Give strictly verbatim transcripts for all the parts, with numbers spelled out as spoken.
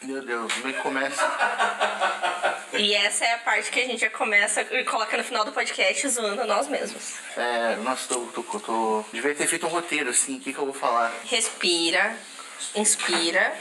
Meu Deus, como é que começa? E essa é a parte que a gente já começa e coloca no final do podcast zoando nós mesmos. É, nossa, tô, tô, tô, tô... devia ter feito um roteiro, assim, o que que eu vou falar? Respira, inspira.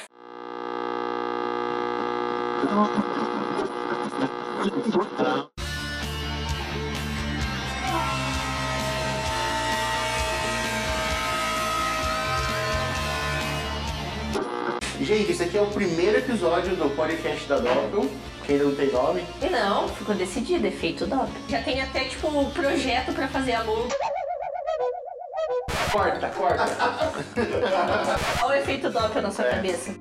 Gente, esse aqui é o primeiro episódio do podcast da Doppel, que ainda não tem nome. Não, ficou decidido, efeito Doppel. Já tem até, tipo, o projeto pra fazer a logo. Corta, corta. Olha o efeito Doppel na sua é. cabeça.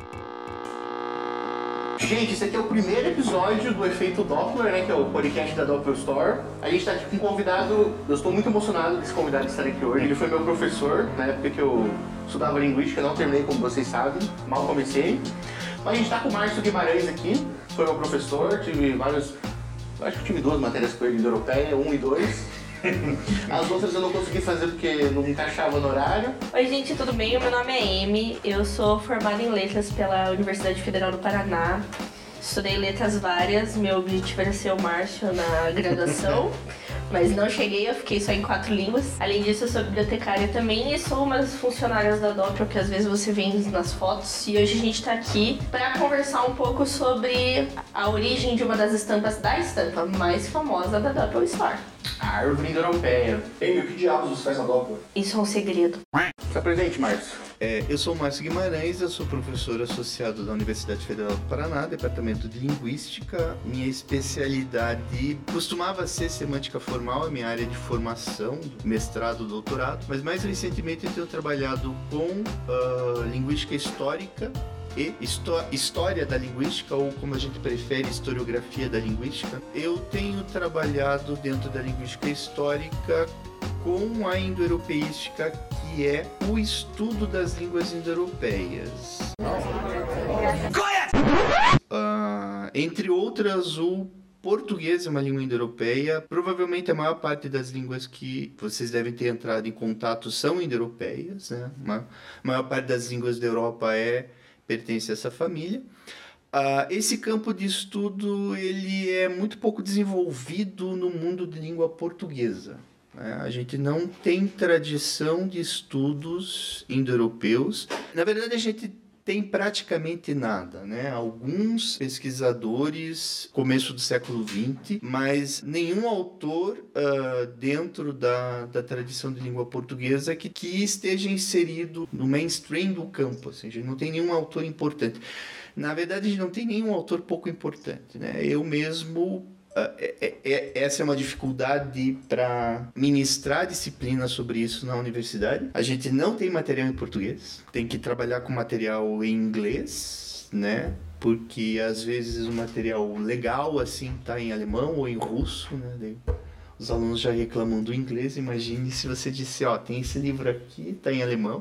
Gente, esse aqui é o primeiro episódio do Efeito Doppler, né, que é o podcast da Doppel Store. A gente tá aqui com um convidado, eu estou muito emocionado desse convidado estar aqui hoje. Ele foi meu professor, na época que eu estudava linguística, não terminei, como vocês sabem, mal comecei. Mas a gente tá com o Márcio Guimarães aqui, foi meu professor, tive vários... Acho que tive duas matérias com ele de Europeia, um e dois. As outras eu não consegui fazer porque não encaixava no horário. Oi gente, tudo bem? O meu nome é Amy, eu sou formada em Letras pela Universidade Federal do Paraná. Estudei letras várias, meu objetivo era ser o Márcio na graduação, mas não cheguei, eu fiquei só em quatro línguas. Além disso, eu sou bibliotecária também e sou uma das funcionárias da Doppel, que às vezes você vê nas fotos. E hoje a gente tá aqui para conversar um pouco sobre a origem de uma das estampas, da estampa mais famosa da Doppel Store. A árvore europeia. Ei, o que diabos você faz na Doppel? Isso é um segredo. Se apresente, Márcio. É, eu sou o Márcio Guimarães, eu sou professor associado da Universidade Federal do Paraná, Departamento de Linguística. Minha especialidade costumava ser semântica formal, a minha área de formação, mestrado, doutorado, mas mais recentemente eu tenho trabalhado com uh, linguística histórica e história da linguística, ou como a gente prefere, historiografia da linguística. Eu tenho trabalhado dentro da linguística histórica com a indo-europeística, que é o estudo das línguas indo-europeias. Uh, entre outras, o português é uma língua indo-europeia. Provavelmente a maior parte das línguas que vocês devem ter entrado em contato são indo-europeias, né? A maior parte das línguas da Europa é pertence a essa família. Uh, esse campo de estudo ele é muito pouco desenvolvido no mundo de língua portuguesa. Né? A gente não tem tradição de estudos indo-europeus. Na verdade, a gente tem praticamente nada, né? Alguns pesquisadores, começo do século vinte, mas nenhum autor uh, dentro da, da tradição de língua portuguesa que, que esteja inserido no mainstream do campo. Assim, a gente não tem nenhum autor importante. Na verdade, a gente não tem nenhum autor pouco importante, né? Eu mesmo... Uh, é, é, essa é uma dificuldade para ministrar disciplina sobre isso na universidade. A gente não tem material em português, tem que trabalhar com material em inglês, né? Porque às vezes o material legal assim tá em alemão ou em russo, né? Daí os alunos já reclamam do inglês. Imagine se você disse, ó, tem esse livro aqui, tá em alemão.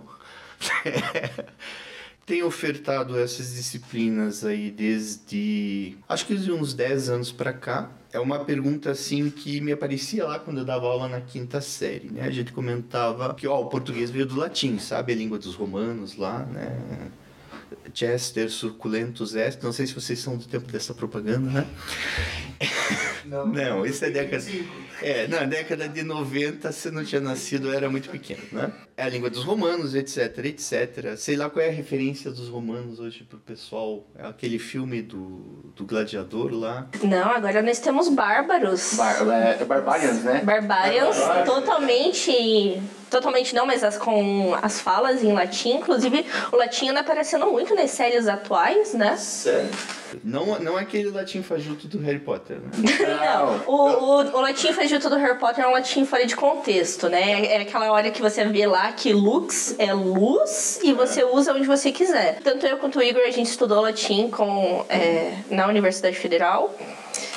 Tenho ofertado essas disciplinas aí desde, acho que de uns dez anos para cá. É uma pergunta assim que me aparecia lá quando eu dava aula na quinta série, né? A gente comentava que ó, o português veio do latim, sabe? A língua dos romanos lá, né? Chester, suculentus est. Não sei se vocês são do tempo dessa propaganda, né? Não, não, isso é década... É, na década de noventa, se não tinha nascido, eu era muito pequeno, né? É a língua dos romanos, etc, etcétera. Sei lá qual é a referência dos romanos hoje pro pessoal. É aquele filme do, do gladiador lá. Não, agora nós temos bárbaros. Bar, é, é Barbarians, né? Barbarians, totalmente... Totalmente não, mas as, com as falas em latim. Inclusive, o latim anda aparecendo muito nas séries atuais, né? Sério? Não, não é aquele latim fajuto do Harry Potter, né? Não, o, o, o latim fajuto do Harry Potter é um latim fora de contexto, né? É aquela hora que você vê lá que lux é luz e você usa onde você quiser. Tanto eu quanto o Igor, a gente estudou latim com, é, na Universidade Federal.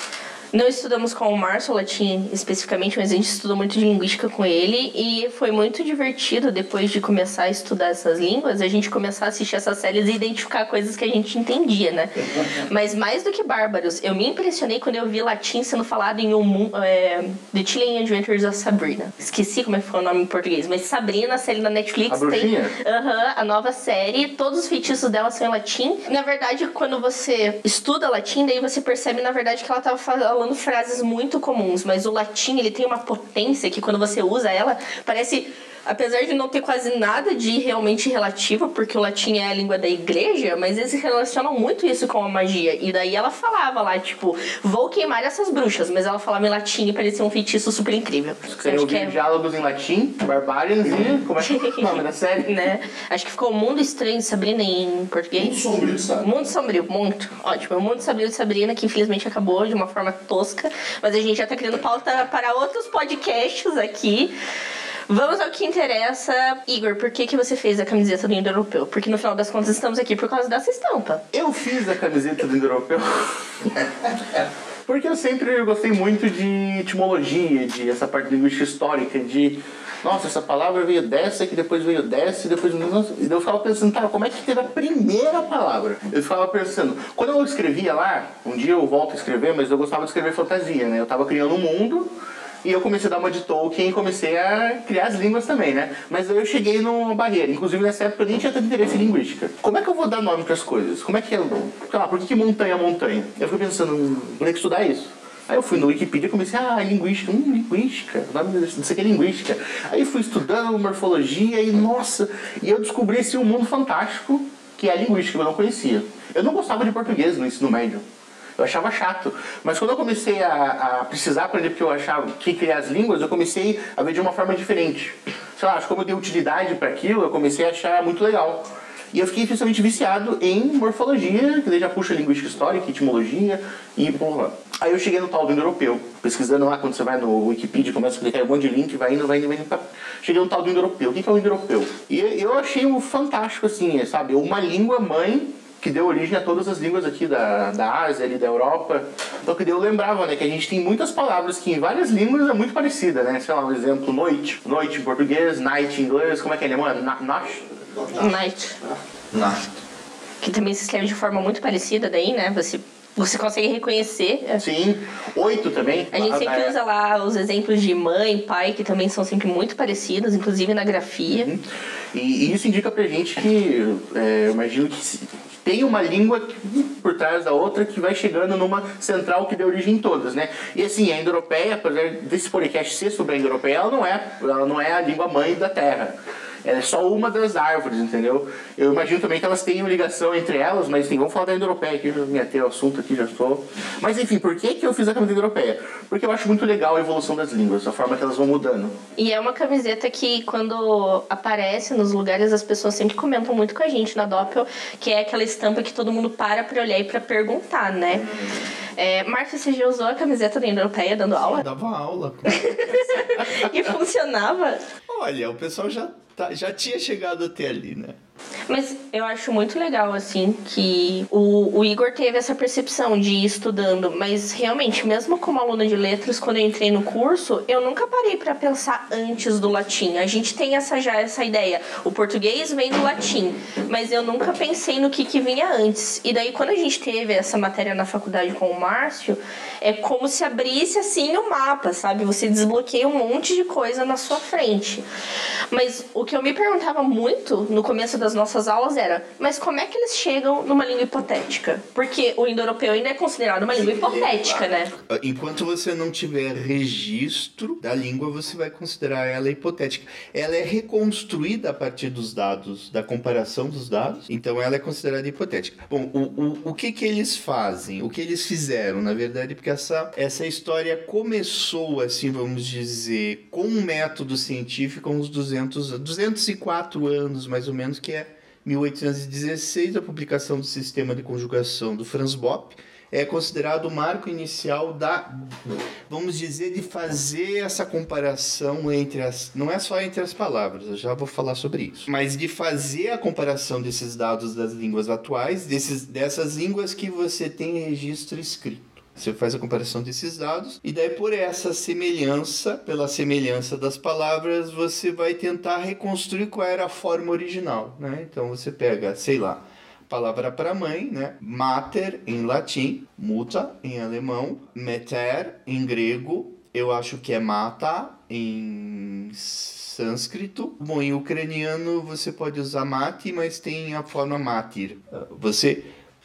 Não estudamos com o Márcio latim especificamente, mas a gente estudou muito de linguística com ele e foi muito divertido depois de começar a estudar essas línguas, a gente começar a assistir essas séries e identificar coisas que a gente entendia, né? Mas mais do que bárbaros, eu me impressionei quando eu vi latim sendo falado em um, é, The Chilling Adventures of Sabrina. Esqueci como é que foi o nome em português, mas Sabrina, a série da Netflix, a bruxinha? tem uh-huh, a nova série, todos os feitiços dela são em latim. Na verdade, quando você estuda latim, daí você percebe, na verdade, que ela estava falando falando frases muito comuns, mas o latim, ele tem uma potência que quando você usa ela, parece, apesar de não ter quase nada de realmente relativo, porque o latim é a língua da igreja, mas eles relacionam muito isso com a magia. E daí ela falava lá, tipo, vou queimar essas bruxas, mas ela falava em latim e parecia um feitiço super incrível. Se quiserem ouvir é... diálogos em latim, Barbarians e... como é que é o nome da série? Né? Acho que ficou Mundo Estranho de Sabrina em português. Mundo Sombrio de Sabrina. Mundo Sombrio, muito. Ótimo. O Mundo Sombrio de Sabrina, que infelizmente acabou de uma forma tosca, mas a gente já tá criando pauta para outros podcasts aqui. Vamos ao que interessa. Igor, por que, que você fez a camiseta do Indo-Europeu? Porque no final das contas estamos aqui por causa dessa estampa. Eu fiz a camiseta do Indo-Europeu porque eu sempre gostei muito de etimologia, de essa parte de linguística histórica, de... nossa, essa palavra veio dessa, que depois veio dessa, e depois... Nossa, e eu ficava pensando, tá, como é que teve a primeira palavra? Eu ficava pensando... Quando eu escrevia lá, um dia eu volto a escrever, mas eu gostava de escrever fantasia, né? Eu tava criando um mundo... E eu comecei a dar uma de Tolkien e comecei a criar as línguas também, né? Mas aí eu cheguei numa barreira. Inclusive, nessa época, eu nem tinha tanto interesse em linguística. Como é que eu vou dar nome para as coisas? Como é que é... sei lá, por que, que montanha é montanha? Eu fiquei pensando, vou ter que estudar isso. Aí eu fui no Wikipedia e comecei, ah, linguística, hum, linguística, o nome disso aqui é linguística. Aí fui estudando morfologia e, nossa, e eu descobri esse um mundo fantástico que é a linguística, que eu não conhecia. Eu não gostava de português no ensino médio. Eu achava chato. Mas quando eu comecei a, a precisar aprender porque eu achava que criar as línguas, eu comecei a ver de uma forma diferente. Sei lá, acho que como eu dei utilidade para aquilo, eu comecei a achar muito legal. E eu fiquei especialmente viciado em morfologia, que daí já puxa linguística histórica, etimologia e porra. Aí eu cheguei no tal do Indo-Europeu, pesquisando lá, quando você vai no Wikipedia, começa a clicar um monte de link, vai indo, vai indo, vai indo. Pra... Cheguei no tal do Indo-Europeu. O que é o Indo-Europeu? E eu achei um fantástico, assim, sabe? Uma língua mãe que deu origem a todas as línguas aqui da, da Ásia, ali da Europa. Então que daí eu lembrava, né, que a gente tem muitas palavras que em várias línguas é muito parecida, né? Sei lá, um exemplo, noite. Noite em português, night em inglês, como é que é em alemão? Nacht? Night. Nacht. Que também se escreve de forma muito parecida daí, né? Você, você consegue reconhecer. Sim. Oito também. A gente sempre usa lá os exemplos de mãe, pai, que também são sempre muito parecidos, inclusive na grafia. Uhum. E, e isso indica pra gente que, é, eu imagino que tem uma língua por trás da outra que vai chegando numa central que deu origem em todas, né? E assim, a Indo-Europeia, apesar desse podcast ser sobre a Indo-Europeia, ela não é, ela não é a língua mãe da Terra. Ela é só uma das árvores, entendeu? Eu imagino também que elas tenham ligação entre elas, mas enfim, vamos falar da Indo-Europeia aqui, já me atei ao assunto aqui, já estou. Mas enfim, por que, que eu fiz a camiseta Indo-Europeia? Porque eu acho muito legal a evolução das línguas, a forma que elas vão mudando. E é uma camiseta que, quando aparece nos lugares, as pessoas sempre comentam muito com a gente na Doppel, que é aquela estampa que todo mundo para pra olhar e pra perguntar, né? É, Márcio, você já usou a camiseta da Indo-Europeia dando aula? Dava aula. E funcionava? Olha, o pessoal já, tá, já tinha chegado até ali, né? Mas eu acho muito legal, assim, que o, o Igor teve essa percepção de ir estudando, mas realmente, mesmo como aluna de letras, quando eu entrei no curso, eu nunca parei pra pensar antes do latim. A gente tem essa, já essa ideia, o português vem do latim, mas eu nunca pensei no que, que vinha antes. E daí, quando a gente teve essa matéria na faculdade com o Márcio, é como se abrisse, assim, o mapa, sabe? Você desbloqueia um monte de coisa na sua frente. Mas o que eu me perguntava muito no começo das nossas aulas era, mas como é que eles chegam numa língua hipotética? Porque o indo-europeu ainda é considerado uma língua hipotética, né? Enquanto você não tiver registro da língua, você vai considerar ela hipotética. Ela é reconstruída a partir dos dados, da comparação dos dados, então ela é considerada hipotética. Bom, o, o, o que que eles fazem? O que eles fizeram, na verdade, porque essa, essa história começou, assim, vamos dizer, com um método científico há uns duzentos, duzentos e quatro anos, mais ou menos, que é mil oitocentos e dezesseis, a publicação do sistema de conjugação do Franz Bopp, é considerado o marco inicial da, vamos dizer, de fazer essa comparação entre as, não é só entre as palavras, eu já vou falar sobre isso, mas de fazer a comparação desses dados das línguas atuais, desses, dessas línguas que você tem registro escrito. Você faz a comparação desses dados e daí por essa semelhança, pela semelhança das palavras, você vai tentar reconstruir qual era a forma original, né? Então você pega, sei lá, palavra para mãe, né? Mater em latim, muta em alemão, meter em grego, eu acho que é mata em sânscrito. Bom, em ucraniano você pode usar mati, mas tem a forma matir. Você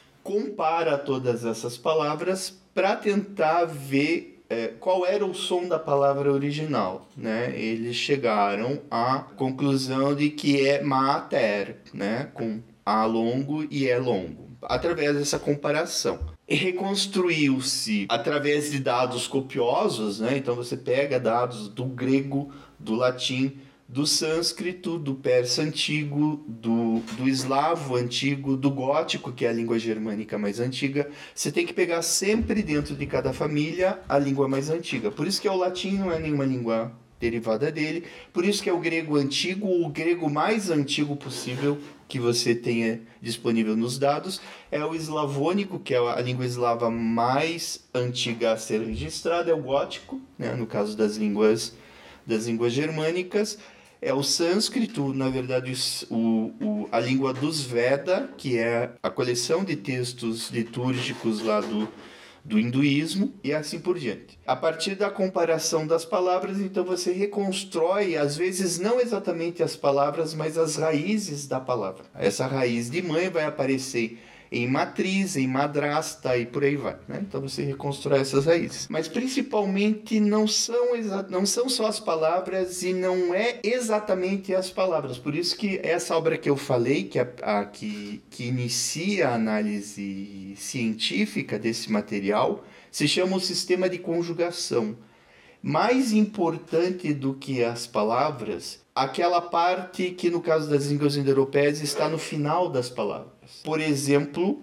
compara todas essas palavras para tentar ver é, qual era o som da palavra original, né? Eles chegaram à conclusão de que é mater, né? Com A longo e E longo. Através dessa comparação. E reconstruiu-se através de dados copiosos, né? Então você pega dados do grego, do latim, do sânscrito, do persa antigo, do, do eslavo antigo, do gótico, que é a língua germânica mais antiga. Você tem que pegar sempre dentro de cada família a língua mais antiga. Por isso que o latim não é nenhuma língua derivada dele. Por isso que é o grego antigo, o grego mais antigo possível que você tenha disponível nos dados. É o eslavônico, que é a língua eslava mais antiga a ser registrada. É o gótico, né, no caso das línguas, das línguas germânicas. É o sânscrito, na verdade, o, o, a língua dos Veda, que é a coleção de textos litúrgicos lá do, do hinduísmo, e assim por diante. A partir da comparação das palavras, então você reconstrói, às vezes não exatamente as palavras, mas as raízes da palavra. Essa raiz de mãe vai aparecer em matriz, em madrasta e por aí vai, né? Então você reconstrói essas raízes. Mas principalmente não são, exa- não são só as palavras e não é exatamente as palavras. Por isso que essa obra que eu falei, que, a, a, que, que inicia a análise científica desse material, se chama o sistema de conjugação. Mais importante do que as palavras, aquela parte que no caso das línguas indo-europeias está no final das palavras. Por exemplo,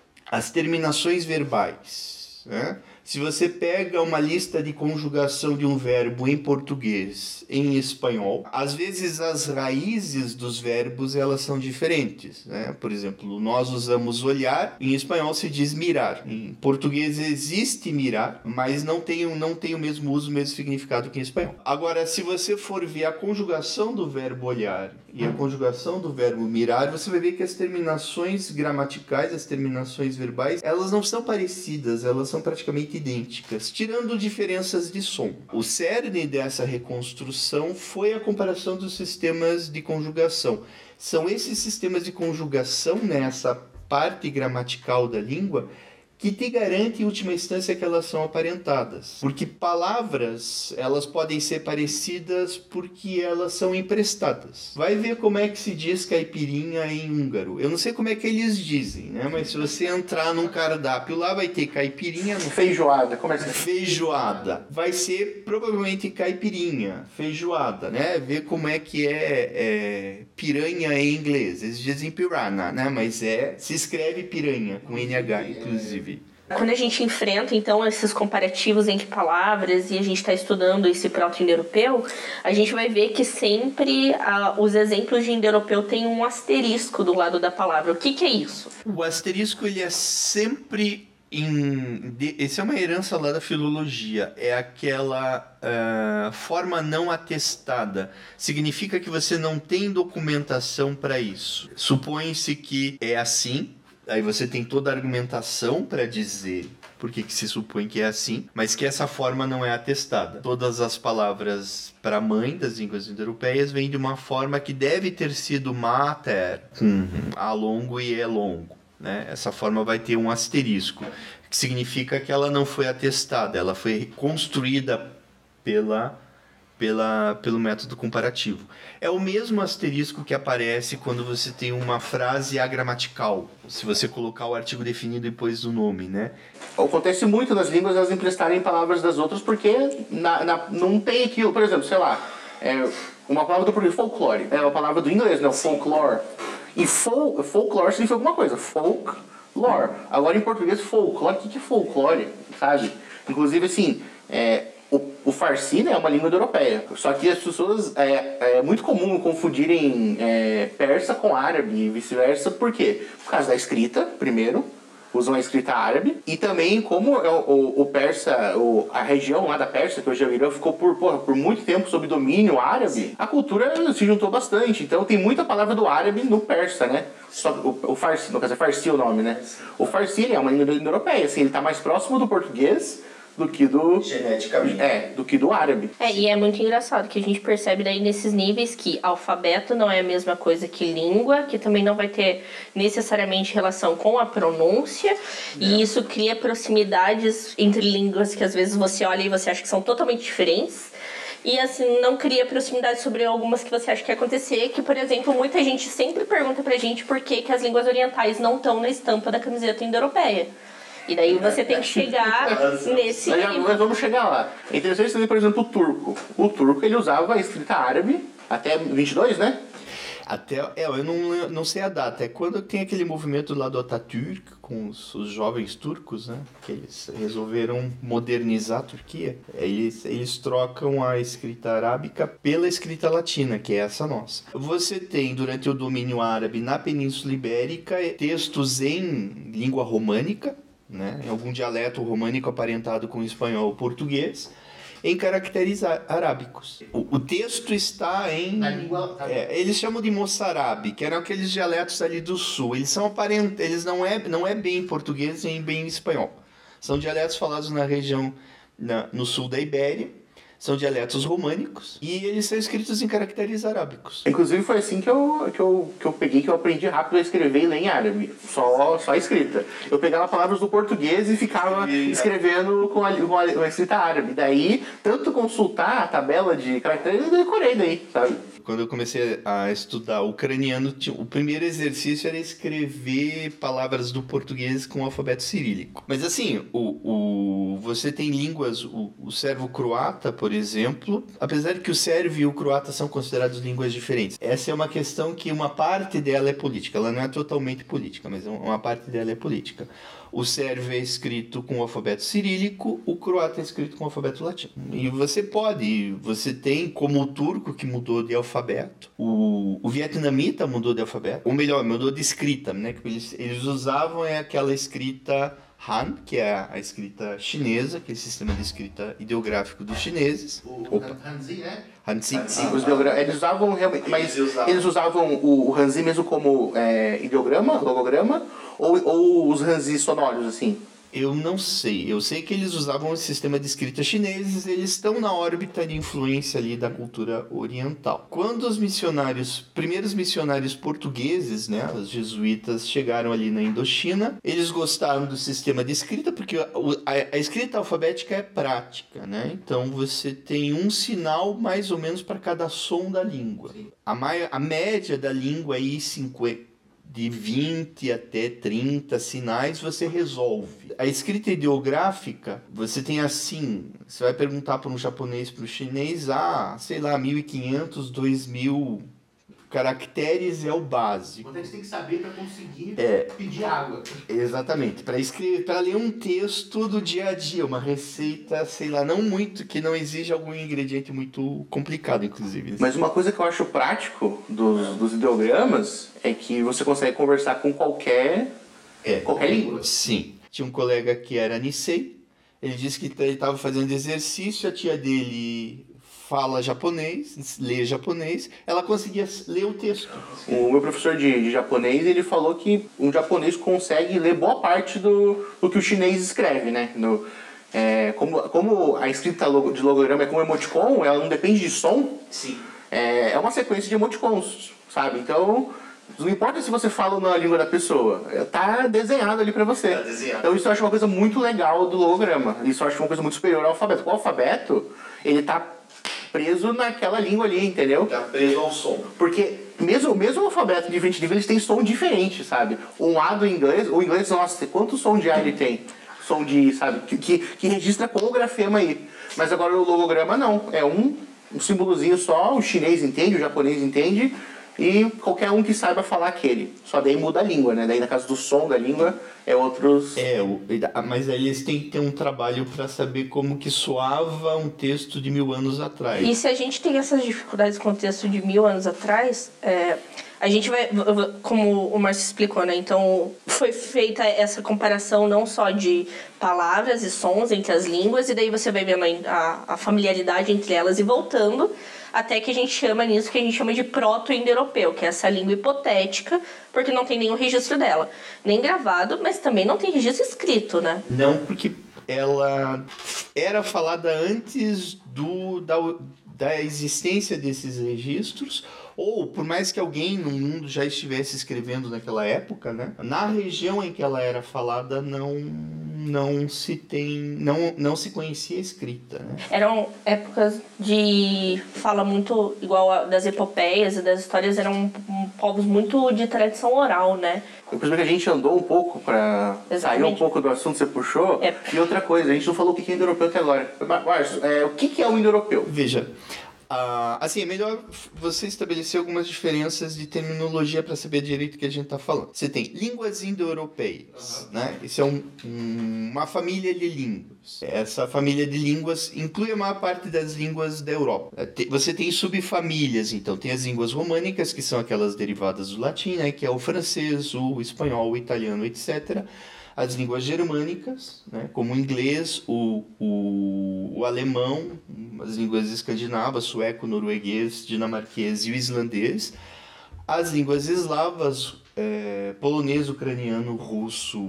as terminações verbais, né? Se você pega uma lista de conjugação de um verbo em português, em espanhol, às vezes as raízes dos verbos elas são diferentes, né? Por exemplo, nós usamos olhar, em espanhol se diz mirar. Em português existe mirar, mas não tem, não tem o mesmo uso, o mesmo significado que em espanhol. Agora, se você for ver a conjugação do verbo olhar e a conjugação do verbo mirar, você vai ver que as terminações gramaticais, as terminações verbais, elas não são parecidas, elas são praticamente idênticas, tirando diferenças de som. O cerne dessa reconstrução foi a comparação dos sistemas de conjugação. São esses sistemas de conjugação nessa parte gramatical da língua que te garante, em última instância, que elas são aparentadas. Porque palavras, elas podem ser parecidas porque elas são emprestadas. Vai ver como é que se diz caipirinha em húngaro. Eu não sei como é que eles dizem, né? Mas se você entrar num cardápio lá, vai ter caipirinha... No... Feijoada, como é que é? Feijoada. Vai ser provavelmente caipirinha, feijoada, né? Ver como é que é, é piranha em inglês. Eles dizem piranha, né? Mas é... se escreve piranha, com N H, inclusive. Quando a gente enfrenta, então, esses comparativos entre palavras e a gente está estudando esse proto-indo-europeu, a gente vai ver que sempre ah, os exemplos de indo-europeu têm um asterisco do lado da palavra. O que, que é isso? O asterisco, ele é sempre... Em... Essa é uma herança lá da filologia. É aquela uh, forma não atestada. Significa que você não tem documentação para isso. Supõe-se que é assim... Aí você tem toda a argumentação para dizer por que se supõe que é assim, mas que essa forma não é atestada. Todas as palavras para mãe das línguas indo-europeias vêm de uma forma que deve ter sido mater, uhum. A longo e E longo. Né? Essa forma vai ter um asterisco, que significa que ela não foi atestada, ela foi construída pela... Pela, pelo método comparativo. É o mesmo asterisco que aparece quando você tem uma frase agramatical, se você colocar o artigo definido depois do nome, né? Acontece muito nas línguas elas emprestarem palavras das outras porque na, na, não tem aquilo, por exemplo, sei lá, é uma palavra do português, folclore, é uma palavra do inglês, né? Folklore. E fol, folklore significa alguma coisa, folklore. Agora em português, folclore, o que, que é folclore, sabe? Inclusive, assim, é... O, o Farsi, né, é uma língua europeia, só que as pessoas, é, é muito comum confundirem é, persa com árabe e vice-versa. Por quê? Por causa da escrita, primeiro, usam a escrita árabe. E também, como é o, o, o persa, o, a região lá da Pérsia, que hoje é o Irã, ficou por, porra, por muito tempo sob domínio árabe, a cultura se juntou bastante. Então tem muita palavra do árabe no persa, né? Só, o, o farsi, no caso é farsi o nome, né? O farsi ele é uma língua europeia, assim, ele tá mais próximo do português do que do... Geneticamente. É, do que do árabe. É, e é muito engraçado que a gente percebe daí nesses níveis que alfabeto não é a mesma coisa que língua, que também não vai ter necessariamente relação com a pronúncia, não. E isso cria proximidades entre línguas que às vezes você olha e você acha que são totalmente diferentes. E assim, não cria proximidade sobre algumas que você acha que ia acontecer, que, por exemplo, muita gente sempre pergunta pra gente por que, que as línguas orientais não estão na estampa da camiseta indo-europeia. E daí você tem que chegar nesse Mas, já, mas vamos chegar lá. É interessante também, por exemplo, o turco. O turco, ele usava a escrita árabe até vinte e dois, né? Até, é, eu não, não sei a data. É quando tem aquele movimento lá do Atatürk, com os, os jovens turcos, né? Que eles resolveram modernizar a Turquia. Eles, eles trocam a escrita arábica pela escrita latina, que é essa nossa. Você tem, durante o domínio árabe na Península Ibérica, textos em língua românica, né, em algum dialeto românico aparentado com o espanhol ou português, em caracteres arábicos. O, o texto está em... Na língua... É, eles chamam de moçarabe, que eram aqueles dialetos ali do sul. Eles são aparent... eles não é, não é bem português nem bem espanhol. São dialetos falados na região, na, no sul da Ibéria. São dialetos românicos e eles são escritos em caracteres arábicos. Inclusive foi assim que eu, que eu, que eu peguei, que eu aprendi rápido a escrever e ler em árabe. Só, só a escrita. Eu pegava palavras do português e ficava escrevendo com a, com a, com a escrita árabe. Daí, tanto consultar a tabela de caracteres, eu decorei daí, sabe? Quando eu comecei a estudar ucraniano, o primeiro exercício era escrever palavras do português com o alfabeto cirílico. Mas assim, o, o, você tem línguas, o, o sérvio-croata, por exemplo, apesar de que o sérvio e o croata são considerados línguas diferentes. Essa é uma questão que uma parte dela é política, ela não é totalmente política, mas uma parte dela é política. O sérvio é escrito com o alfabeto cirílico, o croata é escrito com o alfabeto latino. E você pode, você tem como o turco que mudou de alfabeto, o, o vietnamita mudou de alfabeto, ou melhor, mudou de escrita, né? Que eles, eles usavam é aquela escrita Han, que é a escrita chinesa, que é o sistema de escrita ideográfico dos chineses. O Hanzi, né? Hanzi. Hanzi. Os ideogra... Eles usavam realmente, mas eles usavam, eles usavam o, o Hanzi mesmo como é, ideograma, logograma, ou, ou os Hanzi sonoros, assim? Eu não sei. Eu sei que eles usavam o sistema de escrita chineses, eles estão na órbita de influência ali da cultura oriental. Quando os missionários, primeiros missionários portugueses, né, os jesuítas, chegaram ali na Indochina, eles gostaram do sistema de escrita, porque a, a, a escrita alfabética é prática, né? Então você tem um sinal mais ou menos para cada som da língua. A, mai, a média da língua é aí cinquenta. De vinte até trinta sinais você resolve. A escrita ideográfica, você tem assim, você vai perguntar para um japonês, para um chinês, ah, sei lá, mil e quinhentos, dois mil caracteres é o básico. Você tem que saber para conseguir é, pedir água. Exatamente, para escrever, para ler um texto do dia a dia, uma receita, sei lá, não muito, que não exige algum ingrediente muito complicado, inclusive. Mas uma coisa que eu acho prático dos, dos ideogramas é que você consegue conversar com qualquer, é, qualquer língua. Sim. Tinha um colega que era Nisei, ele disse que ele estava fazendo exercício, a tia dele fala japonês, lê japonês, ela conseguia ler o texto. O meu professor de, de japonês, ele falou que um japonês consegue ler boa parte do, do que o chinês escreve, né? No, é, como, como a escrita de logograma é como emoticon, ela não depende de som. Sim. É, é uma sequência de emoticons, sabe? Então, não importa se você fala na língua da pessoa, tá desenhado ali pra você. Tá desenhado. Então isso eu acho uma coisa muito legal do logograma. Isso eu acho uma coisa muito superior ao alfabeto. O alfabeto, ele tá preso naquela língua ali, entendeu? Tá preso ao som. Porque mesmo, mesmo o alfabeto de vinte línguas, eles têm som diferente, sabe? Um A do inglês, o inglês, nossa, quanto som de A ele tem? Som de, sabe, que, que, que registra com o grafema aí. Mas agora o logograma não, é um, um símbolozinho só, o chinês entende, o japonês entende, e qualquer um que saiba falar aquele. Só daí muda a língua, né? Daí na casa do som da língua é outros... É, o, mas aí eles têm que ter um trabalho para saber como que soava um texto de mil anos atrás. E se a gente tem essas dificuldades com o texto de mil anos atrás, é, a gente vai, como o Márcio explicou, né? Então foi feita essa comparação não só de palavras e sons entre as línguas, e daí você vai vendo a, a familiaridade entre elas e voltando, até que a gente chama nisso que a gente chama de proto-indo-europeu, que é essa língua hipotética, porque não tem nenhum registro dela. Nem gravado, mas também não tem registro escrito, né? Não, porque ela era falada antes do, da, da existência desses registros, ou por mais que alguém no mundo já estivesse escrevendo naquela época, né? Na região em que ela era falada não, não se tem, não, não se conhecia a escrita, né? Eram épocas de fala muito igual a das epopeias e das histórias, eram povos muito de tradição oral, né? Eu percebi que a gente andou um pouco para sair um pouco do assunto que você puxou. É. E outra coisa, a gente não falou o que é indo-europeu até agora. Márcio, é, o que é o indo-europeu? Veja, uh, assim, é melhor você estabelecer algumas diferenças de terminologia para saber direito o que a gente está falando. Você tem línguas indo-europeias, né? Isso é um, um, uma família de línguas. Essa família de línguas inclui a maior parte das línguas da Europa. Você tem subfamílias, então tem as línguas românicas, que são aquelas derivadas do latim, né? Que é o francês, o espanhol, o italiano, etcétera. As línguas germânicas, né, como o inglês, o, o, o alemão, as línguas escandinavas, sueco, norueguês, dinamarquês e o islandês. As línguas eslavas, é, polonês, ucraniano, russo,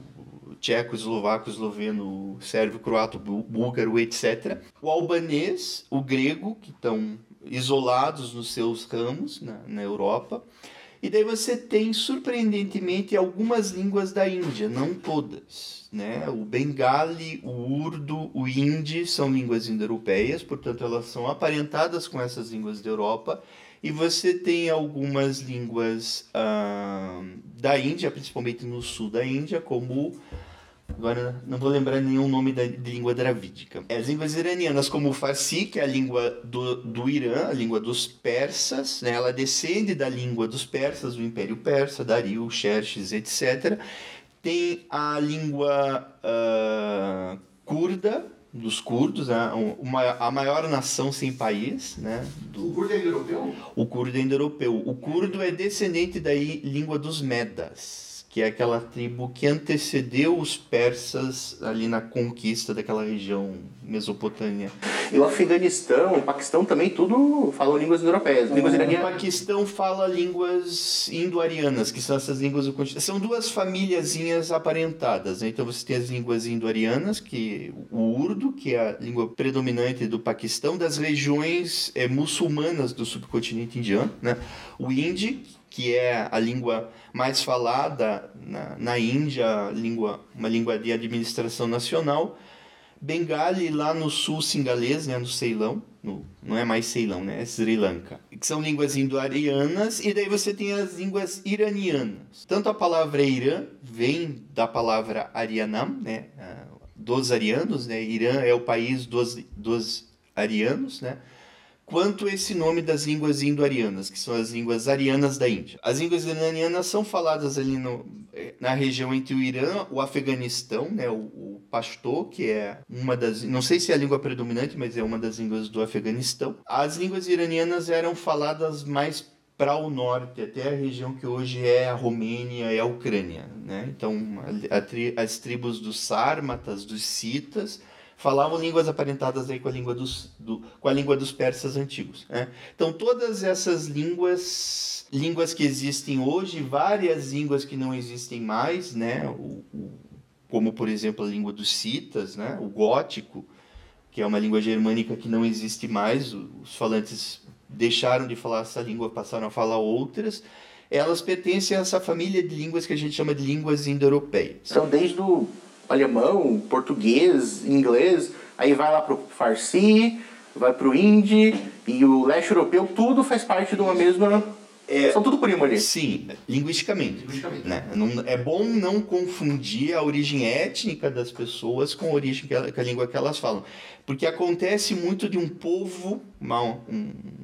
tcheco, eslovaco, esloveno, sérvio, croato, búlgaro, etcétera. O albanês, o grego, que estão isolados nos seus ramos na, na Europa. E daí você tem, surpreendentemente, algumas línguas da Índia, não todas, né? O bengali, o urdu, o hindi são línguas indo-europeias, portanto elas são aparentadas com essas línguas da Europa. E você tem algumas línguas ah, da Índia, principalmente no sul da Índia, como... Agora não vou lembrar nenhum nome da, de língua dravídica. As línguas iranianas, como o Farsi, que é a língua do, do Irã, a língua dos persas, né? Ela descende da língua dos persas, do Império Persa, Dario, Xerxes, etcétera. Tem a língua uh, curda, dos curdos, né? Uma, a maior nação sem país, né? Do... O curdo é indo-europeu? O curdo é indo-europeu. O curdo é descendente da língua dos Medas, que é aquela tribo que antecedeu os persas ali na conquista daquela região mesopotâmia. E o Afeganistão, o Paquistão também, tudo falam línguas europeias, línguas iranianas. O Paquistão fala línguas indo-arianas, que são essas línguas do continente. São duas famíliazinhas aparentadas, né? Então você tem as línguas indo-arianas, que o urdu, que é a língua predominante do Paquistão, das regiões é, muçulmanas do subcontinente indiano, né? O hindi, que é a língua mais falada na, na Índia, língua, uma língua de administração nacional. Bengali, lá no sul singalês, né, no Ceilão, no, não é mais Ceilão, né, é Sri Lanka, que são línguas indo-arianas, e daí você tem as línguas iranianas. Tanto a palavra Irã vem da palavra Arianam, né, dos arianos, né, Irã é o país dos, dos arianos, né, quanto esse nome das línguas indo-arianas, que são as línguas arianas da Índia. As línguas iranianas são faladas ali no, na região entre o Irã, o Afeganistão, né, o, o Pashto, que é uma das... Não sei se é a língua predominante, mas é uma das línguas do Afeganistão. As línguas iranianas eram faladas mais para o norte, até a região que hoje é a Romênia e a Ucrânia, né? Então, a, a tri, as tribos dos sármatas, dos citas, falavam línguas aparentadas aí com a língua dos, do, com a língua dos persas antigos, né? Então, todas essas línguas, línguas que existem hoje, várias línguas que não existem mais, né? O, o, como, por exemplo, a língua dos citas, né? O gótico, que é uma língua germânica que não existe mais, os falantes deixaram de falar essa língua, passaram a falar outras. Elas pertencem a essa família de línguas que a gente chama de línguas indo-europeias. São desde o alemão, português, inglês, aí vai lá pro Farsi, vai pro hindi, e o leste europeu, tudo faz parte de uma mesma... É, são tudo primo ali. Sim, linguisticamente. linguisticamente. Né? Não, é bom não confundir a origem étnica das pessoas com a origem que ela, com a língua que elas falam. Porque acontece muito de um povo, uma, um,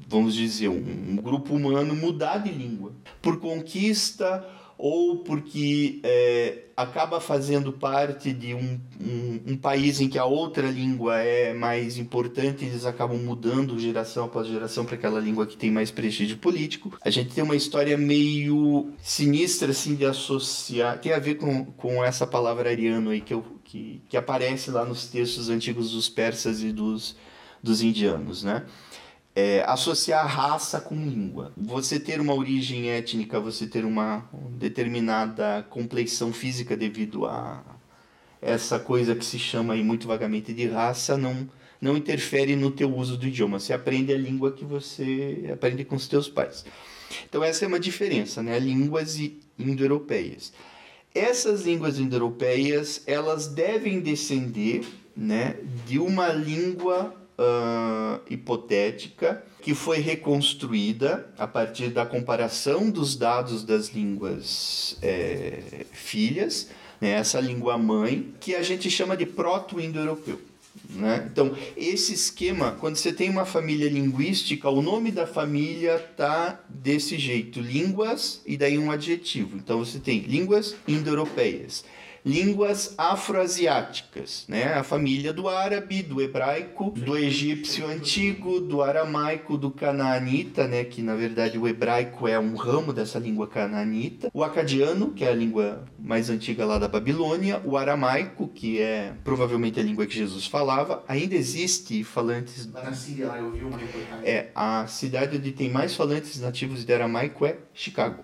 vamos dizer, um, um grupo humano mudar de língua por conquista ou porque é, acaba fazendo parte de um, um, um país em que a outra língua é mais importante, eles acabam mudando geração após geração para aquela língua que tem mais prestígio político. A gente tem uma história meio sinistra assim de associar, tem a ver com, com essa palavra ariano aí que, eu, que, que aparece lá nos textos antigos dos persas e dos, dos indianos, né? É, associar raça com língua. Você ter uma origem étnica, você ter uma determinada complexão física devido a essa coisa que se chama aí muito vagamente de raça, não, não interfere no teu uso do idioma. Você aprende a língua que você aprende com os teus pais. Então essa é uma diferença, né? Línguas indo-europeias. Essas línguas indo-europeias, elas devem descender, né, de uma língua Uh, hipotética que foi reconstruída a partir da comparação dos dados das línguas é, filhas, né, essa língua mãe, que a gente chama de proto-indo-europeu. Né? Então, esse esquema, quando você tem uma família linguística, o nome da família tá desse jeito, línguas e daí um adjetivo. Então, você tem línguas indo-europeias. Línguas afroasiáticas, né? A família do árabe, do hebraico, do egípcio antigo, do aramaico, do canaanita, né? Que na verdade o hebraico é um ramo dessa língua canaanita, o acadiano, que é a língua mais antiga lá da Babilônia, o aramaico, que é provavelmente a língua que Jesus falava. Ainda existe falantes... Lá na Síria, lá eu vi uma reportagem. É, a cidade onde tem mais falantes nativos de aramaico é Chicago.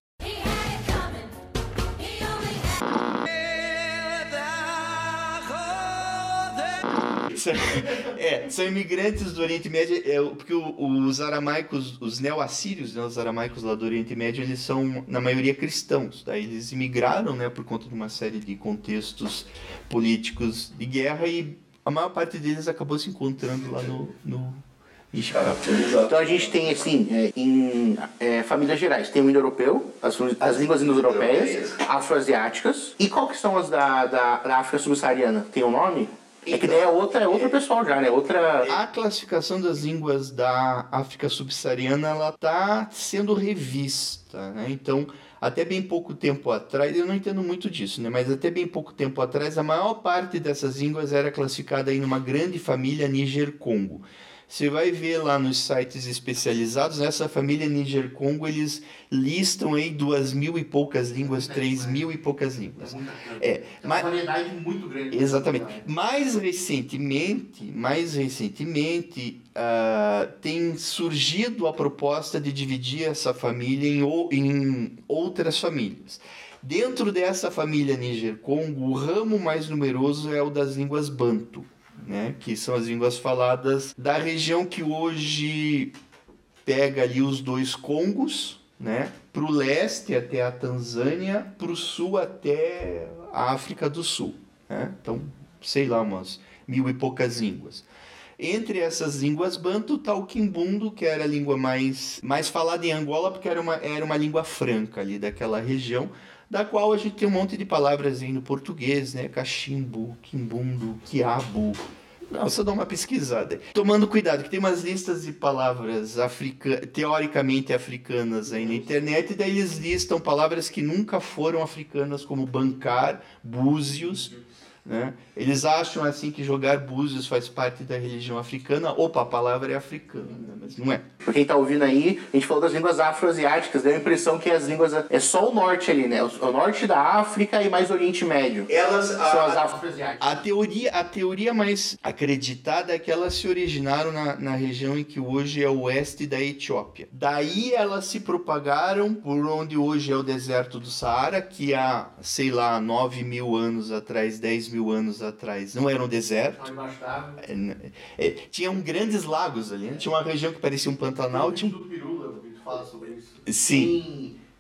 É, são imigrantes do Oriente Médio, é, porque os aramaicos, os neo-assírios, né, os aramaicos lá do Oriente Médio, eles são, na maioria, cristãos. Daí eles imigraram, né, por conta de uma série de contextos políticos de guerra e a maior parte deles acabou se encontrando lá no... no... Então a gente tem, assim, é, em é, famílias gerais, tem o indo-europeu, as, as línguas indo-europeias, afroasiáticas, e qual que são as da, da, da África subsaariana? Tem um nome? É que daí é outra, é outro pessoal já, né? Outra... A classificação das línguas da África subsaariana, ela está sendo revista, né? Então, até bem pouco tempo atrás, eu não entendo muito disso, né? Mas até bem pouco tempo atrás, a maior parte dessas línguas era classificada em uma grande família Níger-Congo. Você vai ver lá nos sites especializados, nessa família Níger-Congo, eles listam aí duas mil e poucas línguas, três mil e poucas línguas. É, uma variedade muito grande. Exatamente. Mais recentemente, mais recentemente, uh, tem surgido a proposta de dividir essa família em, em outras famílias. Dentro dessa família Níger-Congo, o ramo mais numeroso é o das línguas Banto. Né, que são as línguas faladas da região que hoje pega ali os dois Congos, né, para o leste até a Tanzânia, para o sul até a África do Sul. Né? Então, sei lá, umas mil e poucas línguas. Entre essas línguas Banto está o Quimbundo, que era a língua mais, mais falada em Angola, porque era uma, era uma língua franca ali daquela região, da qual a gente tem um monte de palavras aí no português, né? Cachimbo, quimbundo, quiabo. Nossa, dá uma pesquisada. Tomando cuidado, que tem umas listas de palavras africa... teoricamente africanas aí na internet, e daí eles listam palavras que nunca foram africanas, como bancar, búzios. Né? Eles acham assim que jogar búzios faz parte da religião africana. Opa, a palavra é africana, né? Mas não é. Pra quem tá ouvindo aí, a gente falou das línguas afroasiáticas, deu a impressão que as línguas é só o norte ali, né? O norte da África e mais Oriente Médio. Elas são a, as afroasiáticas. A teoria, a teoria mais acreditada é que elas se originaram na, na região em que hoje é o oeste da Etiópia. Daí elas se propagaram por onde hoje é o deserto do Saara, que há, sei lá, nove mil anos atrás, dez mil anos atrás, não era um deserto. É, é, tinham grandes lagos ali, né? Tinha uma região que parecia um Pantanal. Tinha um... Pirula, fala sobre isso. Sim.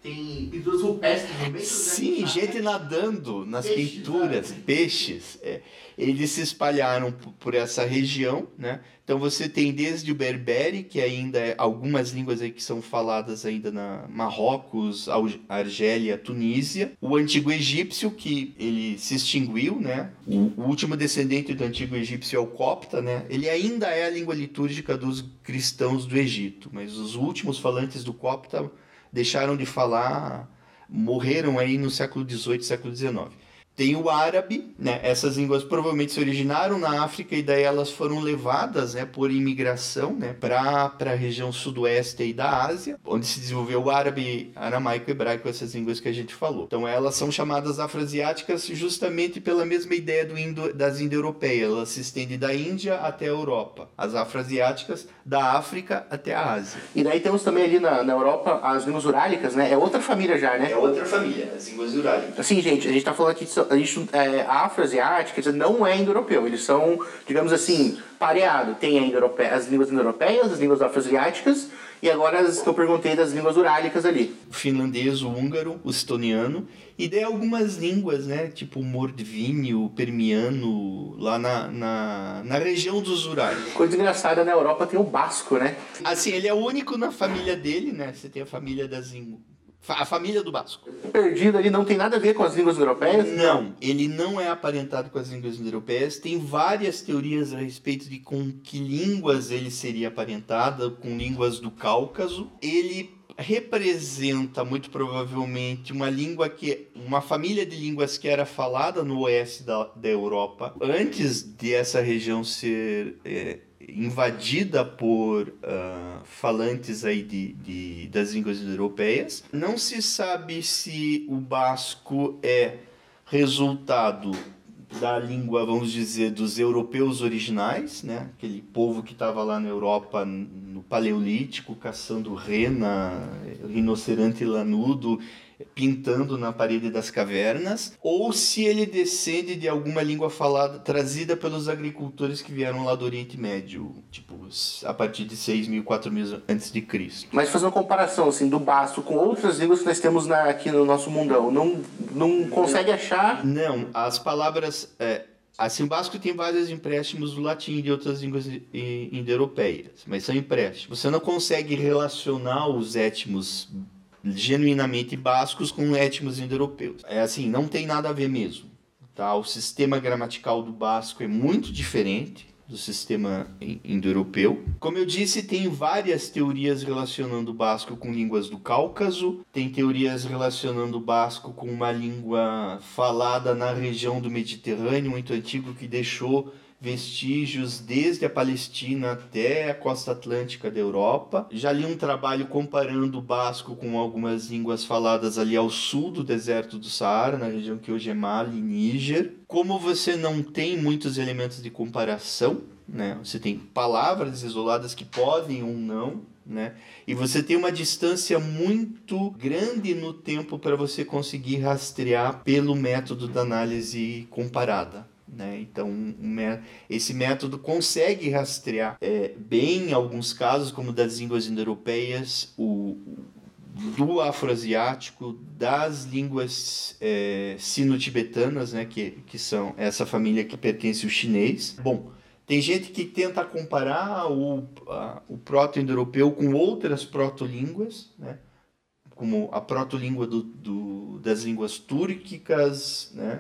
tem pinturas rupestres no meio do Sim, deserto. gente nadando nas Peixes, pinturas, né? peixes. É. Eles se espalharam p- por essa região, né? Então você tem desde o berbere, que ainda é algumas línguas aí que são faladas ainda na Marrocos, Al- Argélia, Tunísia. O antigo egípcio, que ele se extinguiu, né? O, o último descendente do antigo egípcio é o copta, né? Ele ainda é a língua litúrgica dos cristãos do Egito, mas os últimos falantes do copta deixaram de falar, morreram aí no século dezoito, século dezenove. Tem o árabe, né? Essas línguas provavelmente se originaram na África e daí elas foram levadas, né, por imigração, né, para a região sudoeste aí da Ásia, onde se desenvolveu o árabe, aramaico, hebraico, essas línguas que a gente falou. Então elas são chamadas afroasiáticas justamente pela mesma ideia do indo, das indo-europeias. Elas se estendem da Índia até a Europa. As afroasiáticas da África até a Ásia. E daí temos também ali na, na Europa as línguas urálicas, né? É outra família já, né? É outra família, as línguas urálicas. Assim, gente, a gente tá falando aqui de a gente, é, afro-asiática, quer dizer, não é indo-europeu. Eles são, digamos assim, pareado. Tem a indo as línguas indo-europeias, as línguas afro-asiáticas, e agora as que eu perguntei das línguas urálicas ali. O finlandês, o húngaro, o estoniano, e daí algumas línguas, né? Tipo o mordvínio, o permiano, lá na, na, na região dos Urais. Coisa engraçada, na Europa tem o basco, né? Assim, ele é o único na família dele, né? Você tem a família das línguas. A família do basco. Perdido ali, não tem nada a ver com as línguas europeias? Não, ele não é aparentado com as línguas indo-europeias. Tem várias teorias a respeito de com que línguas ele seria aparentado, com línguas do Cáucaso. Ele representa muito provavelmente uma língua que uma família de línguas que era falada no oeste da, da Europa antes de essa região ser é, invadida por uh, falantes aí de, de, das línguas europeias. Não se sabe se o basco é resultado da língua, vamos dizer, dos europeus originais, né? Aquele povo que estava lá na Europa no Paleolítico, caçando rena, rinoceronte lanudo, pintando na parede das cavernas, ou se ele descende de alguma língua falada, trazida pelos agricultores que vieram lá do Oriente Médio, tipo, a partir de seis mil, quatro mil antes de Cristo. Mas fazer uma comparação, assim, do basco com outras línguas que nós temos na, aqui no nosso mundão, não, não consegue achar? Não, as palavras... É, assim, o basco tem vários empréstimos do latim e de outras línguas indo-europeias, mas são empréstimos. Você não consegue relacionar os étmos genuinamente bascos com étmos indo-europeus. É assim, não tem nada a ver mesmo. Tá? O sistema gramatical do basco é muito diferente do sistema indo-europeu. Como eu disse, tem várias teorias relacionando o basco com línguas do Cáucaso, tem teorias relacionando o basco com uma língua falada na região do Mediterrâneo muito antigo que deixou vestígios desde a Palestina até a costa atlântica da Europa. Já li um trabalho comparando o basco com algumas línguas faladas ali ao sul do deserto do Saara, na região que hoje é Mali e Níger. Como você não tem muitos elementos de comparação, né? Você tem palavras isoladas que podem ou não, né? E você tem uma distância muito grande no tempo para você conseguir rastrear pelo método da análise comparada. Né? Então, esse método consegue rastrear é, bem, em alguns casos, como das línguas indo-europeias, o, do afroasiático, das línguas é, sino-tibetanas, né? que, que são essa família que pertence ao chinês. Bom, tem gente que tenta comparar o, a, o proto-indo-europeu com outras proto-línguas, né? Como a proto-língua do, do, das línguas túrquicas, né?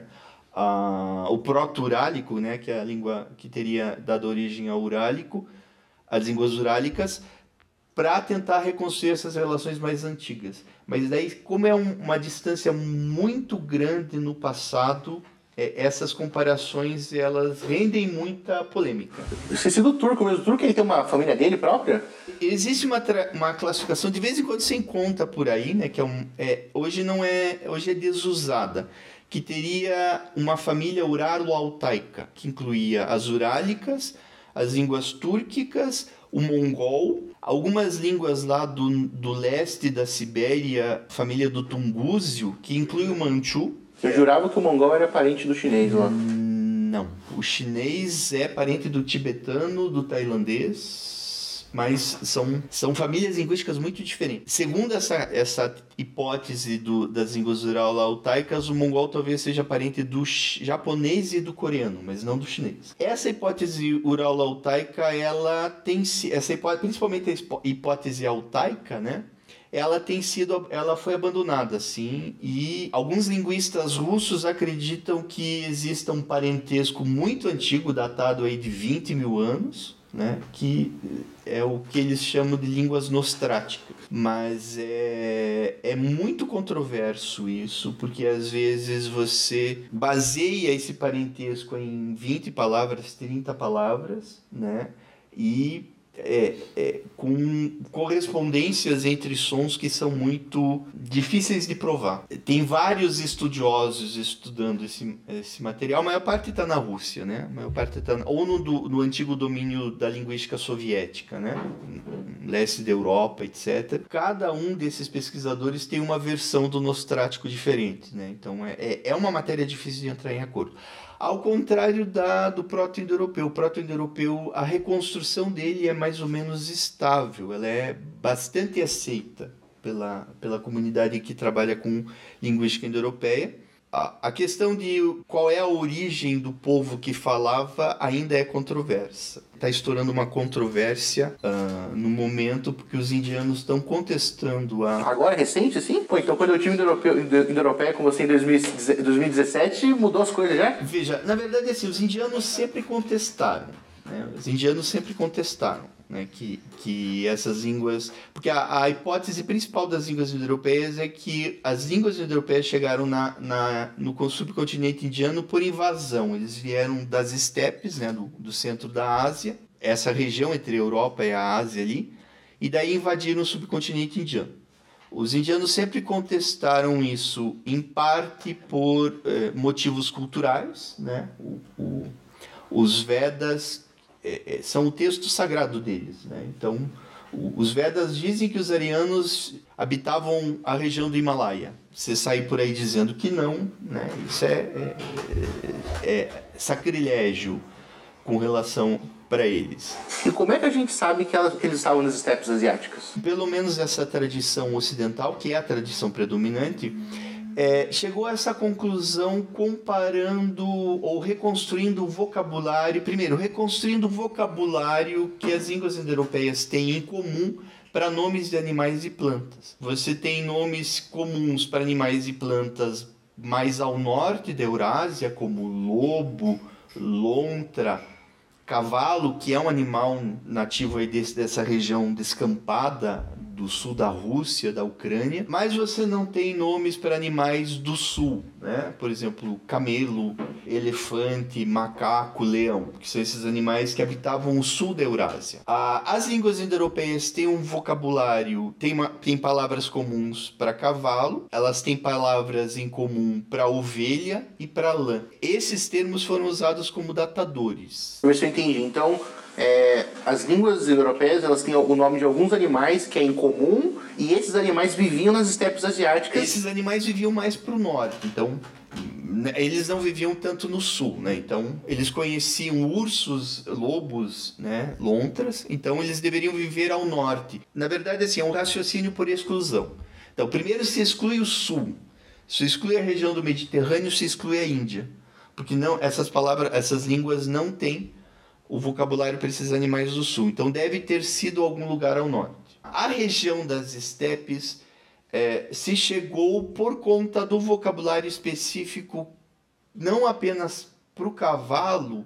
Ah, o proto-urálico, né, que é a língua que teria dado origem ao urálico, as línguas urálicas, para tentar reconstruir essas relações mais antigas. Mas daí, como é um, uma distância muito grande no passado, é, essas comparações elas rendem muita polêmica. Esqueci do turco, mas o turco ele tem uma família dele própria? Existe uma, uma classificação, de vez em quando você encontra por aí, né, que é um, é, hoje não é, hoje é desusada, que teria uma família uralo-altaica, que incluía as urálicas, as línguas túrquicas, o mongol, algumas línguas lá do, do leste da Sibéria, família do Tungúzio, que inclui o manchu. Eu jurava que o mongol era parente do chinês lá. Não, o chinês é parente do tibetano, do tailandês, mas são, são famílias linguísticas muito diferentes. Segundo essa, essa hipótese do, das línguas uralo-altaicas, o mongol talvez seja parente do japonês e do coreano, mas não do chinês. Essa hipótese uralo-altaica, ela tem essa hipótese, principalmente a hipótese altaica, né? Ela tem sido, ela foi abandonada, sim, e alguns linguistas russos acreditam que exista um parentesco muito antigo, datado aí de vinte mil anos, né, que é o que eles chamam de línguas nostráticas. Mas é, é muito controverso isso, porque às vezes você baseia esse parentesco em vinte palavras, trinta palavras, né, e É, é, com correspondências entre sons que são muito difíceis de provar. Tem vários estudiosos estudando esse, esse material, a maior parte está na Rússia, né? A maior parte tá na, ou no, do, no antigo domínio da linguística soviética, né? Leste da Europa, etcétera. Cada um desses pesquisadores tem uma versão do nostrático diferente, né? Então é, é uma matéria difícil de entrar em acordo. Ao contrário da, do proto-indo-europeu. O proto-indo-europeu, a reconstrução dele é mais ou menos estável, ela é bastante aceita pela, pela comunidade que trabalha com linguística indo-europeia. A, a questão de qual é a origem do povo que falava ainda é controversa. Está estourando uma controvérsia uh, no momento, porque os indianos estão contestando a... Agora, recente, assim? Pô, então quando eu tive indo-europeia com você em dois mil e dezessete, mudou as coisas já? Veja, na verdade, assim, os indianos sempre contestaram, né? Os indianos sempre contestaram, né, que, que essas línguas... Porque a, a hipótese principal das línguas indo-europeias é que as línguas indo-europeias chegaram na, na, no subcontinente indiano por invasão. Eles vieram das estepes, né, do, do centro da Ásia, essa região entre a Europa e a Ásia ali, e daí invadiram o subcontinente indiano. Os indianos sempre contestaram isso, em parte por eh, motivos culturais, né? O, o, os Vedas é, são o texto sagrado deles, né? Então, o, os Vedas dizem que os arianos habitavam a região do Himalaia. Você sair por aí dizendo que não, né? Isso é, é, é, é sacrilégio com relação para eles. E como é que a gente sabe que, elas, que eles estavam nas estepes asiáticas? Pelo menos essa tradição ocidental, que é a tradição predominante, é, chegou a essa conclusão comparando ou reconstruindo o vocabulário, primeiro, reconstruindo o vocabulário que as línguas indo-europeias têm em comum para nomes de animais e plantas. Você tem nomes comuns para animais e plantas mais ao norte da Eurásia, como lobo, lontra, cavalo, que é um animal nativo aí desse, dessa região descampada do sul da Rússia, da Ucrânia, mas você não tem nomes para animais do sul, né? Por exemplo, camelo, elefante, macaco, leão, que são esses animais que habitavam o sul da Eurásia. Ah, as línguas indo-europeias têm um vocabulário, tem, uma, tem palavras comuns para cavalo, elas têm palavras em comum para ovelha e para lã. Esses termos foram usados como datadores. Ver se eu entendi. Então, é, as línguas indo-europeias, elas têm o nome de alguns animais que é em comum, e esses animais viviam nas estepes asiáticas. Esses animais viviam mais para o norte, então eles não viviam tanto no sul, né? Então eles conheciam ursos, lobos, né? Lontras, então eles deveriam viver ao norte. Na verdade, assim, é um raciocínio por exclusão. Então, primeiro se exclui o sul, se exclui a região do Mediterrâneo, se exclui a Índia, porque não, essas palavras, essas línguas não têm o vocabulário para esses animais do sul. Então deve ter sido algum lugar ao norte. A região das estepes é, se chegou por conta do vocabulário específico, não apenas para o cavalo,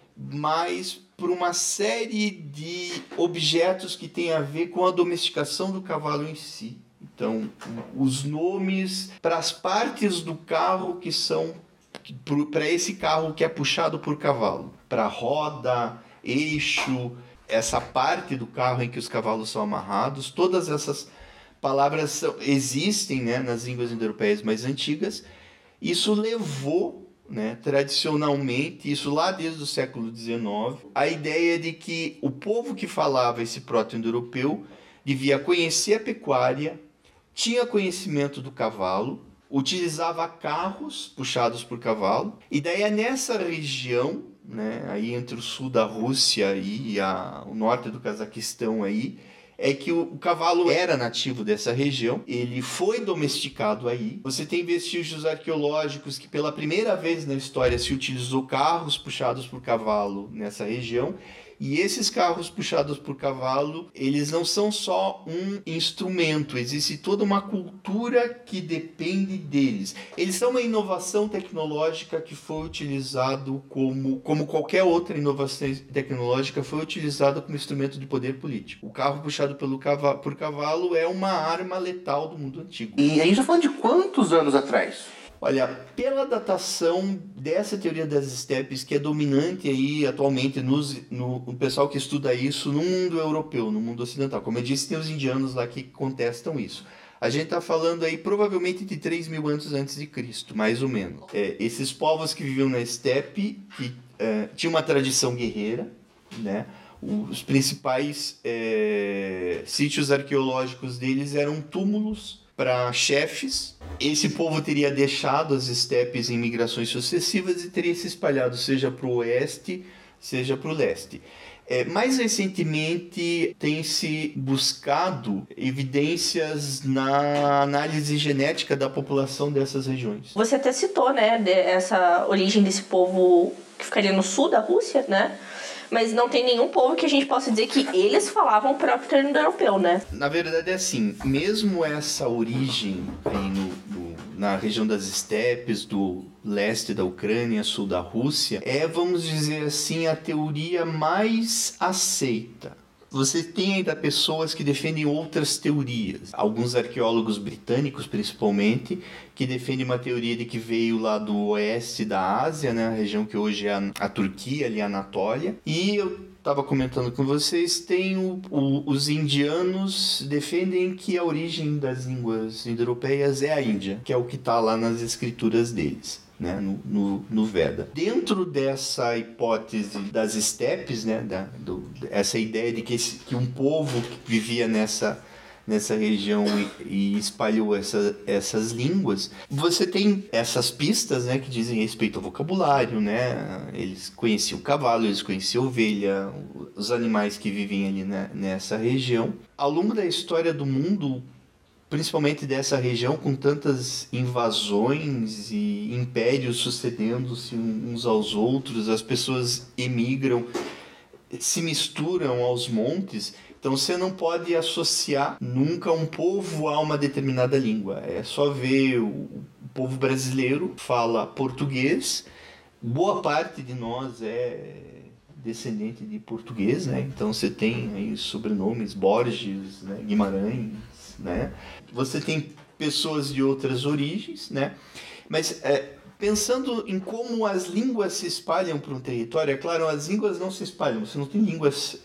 mas por uma série de objetos que tem a ver com a domesticação do cavalo em si. Então, os nomes para as partes do carro que são para esse carro que é puxado por cavalo, para roda, eixo, essa parte do carro em que os cavalos são amarrados, todas essas palavras são, existem, né, nas línguas indo-europeias mais antigas. Isso levou, né, tradicionalmente, isso lá desde o século dezenove, a ideia de que o povo que falava esse proto-indo-europeu devia conhecer a pecuária, tinha conhecimento do cavalo, utilizava carros puxados por cavalo, e daí é nessa região né, aí entre o sul da Rússia e a, o norte do Cazaquistão aí, é que o, o cavalo era nativo dessa região, ele foi domesticado aí. Você tem vestígios arqueológicos que pela primeira vez na história se utilizou carros puxados por cavalo nessa região. E esses carros puxados por cavalo, eles não são só um instrumento, existe toda uma cultura que depende deles. Eles são uma inovação tecnológica que foi utilizado como, como qualquer outra inovação tecnológica, foi utilizada como instrumento de poder político. O carro puxado pelo cavalo, por cavalo é uma arma letal do mundo antigo. E a gente está falando de quantos anos atrás? Olha, pela datação dessa teoria das estepes, que é dominante aí atualmente nos, no, no pessoal que estuda isso no mundo europeu, no mundo ocidental. Como eu disse, tem os indianos lá que contestam isso. A gente está falando aí provavelmente de três mil anos antes de Cristo, mais ou menos. É, esses povos que viviam na estepe, que é, tinham uma tradição guerreira, né? Os principais é, sítios arqueológicos deles eram túmulos para chefes. Esse povo teria deixado as estepes em migrações sucessivas e teria se espalhado seja para o oeste, seja para o leste. É, mais recentemente tem se buscado evidências na análise genética da população dessas regiões. Você até citou, né, essa origem desse povo que ficaria no sul da Rússia, né? Mas não tem nenhum povo que a gente possa dizer que eles falavam o próprio termo europeu, né? Na verdade é assim, mesmo essa origem aí no, no, na região das estepes, do leste da Ucrânia, sul da Rússia, é, vamos dizer assim, a teoria mais aceita. Você tem ainda pessoas que defendem outras teorias. Alguns arqueólogos britânicos, principalmente, que defendem uma teoria de que veio lá do oeste da Ásia, né, a região que hoje é a, a Turquia, ali a Anatólia. E eu estava comentando com vocês, tem o, o, os indianos defendem que a origem das línguas indo-europeias é a Índia, que é o que está lá nas escrituras deles. Né, no, no, no Veda. Dentro dessa hipótese das estepes, né, da, do, essa ideia de que, esse, que um povo que vivia nessa, nessa região e, e espalhou essa, essas línguas, você tem essas pistas, né, que dizem respeito ao vocabulário, né, eles conheciam o cavalo, eles conheciam a ovelha, os animais que vivem ali na, nessa região. Ao longo da história do mundo, principalmente dessa região com tantas invasões e impérios sucedendo-se uns aos outros, as pessoas emigram, se misturam aos montes, então você não pode associar nunca um povo a uma determinada língua. É só ver o povo brasileiro fala português, boa parte de nós é descendente de português, né? Então você tem aí sobrenomes Borges, né? Guimarães, né? Você tem pessoas de outras origens, né? Mas é, pensando em como as línguas se espalham para um território, é claro, as línguas não se espalham, você não tem línguas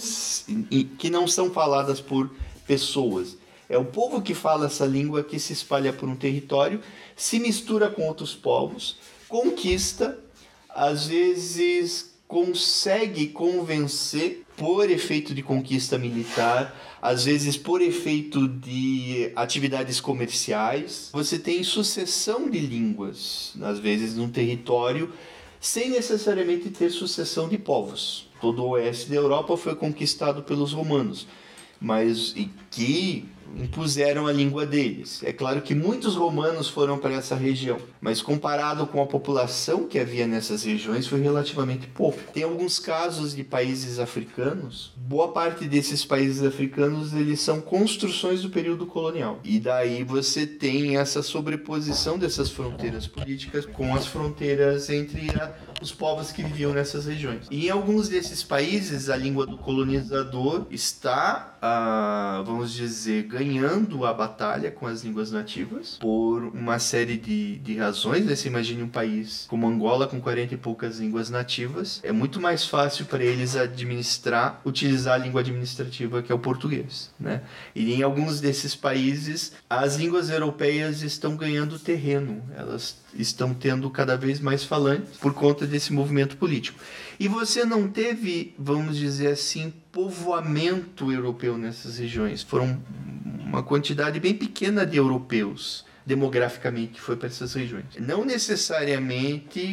que não são faladas por pessoas. É o povo que fala essa língua que se espalha por um território, se mistura com outros povos, conquista, às vezes consegue convencer por efeito de conquista militar, às vezes por efeito de atividades comerciais. Você tem sucessão de línguas, às vezes, num território, sem necessariamente ter sucessão de povos. Todo o oeste da Europa foi conquistado pelos romanos, mas e que impuseram a língua deles. É claro que muitos romanos foram para essa região, mas comparado com a população que havia nessas regiões, foi relativamente pouco. Tem alguns casos de países africanos. Boa parte desses países africanos, eles são construções do período colonial. E daí você tem essa sobreposição dessas fronteiras políticas com as fronteiras entre a, os povos que viviam nessas regiões. E em alguns desses países, a língua do colonizador está, ah, vamos dizer, ganhando a batalha com as línguas nativas por uma série de, de razões. Você imagine um país como Angola com quarenta e poucas línguas nativas. É muito mais fácil para eles administrar, utilizar a língua administrativa que é o português, né? E em alguns desses países, as línguas europeias estão ganhando terreno. Elas estão tendo cada vez mais falantes por conta desse movimento político. E você não teve, vamos dizer assim, povoamento europeu nessas regiões. Foram uma quantidade bem pequena de europeus, demograficamente, que foi para essas regiões. Não necessariamente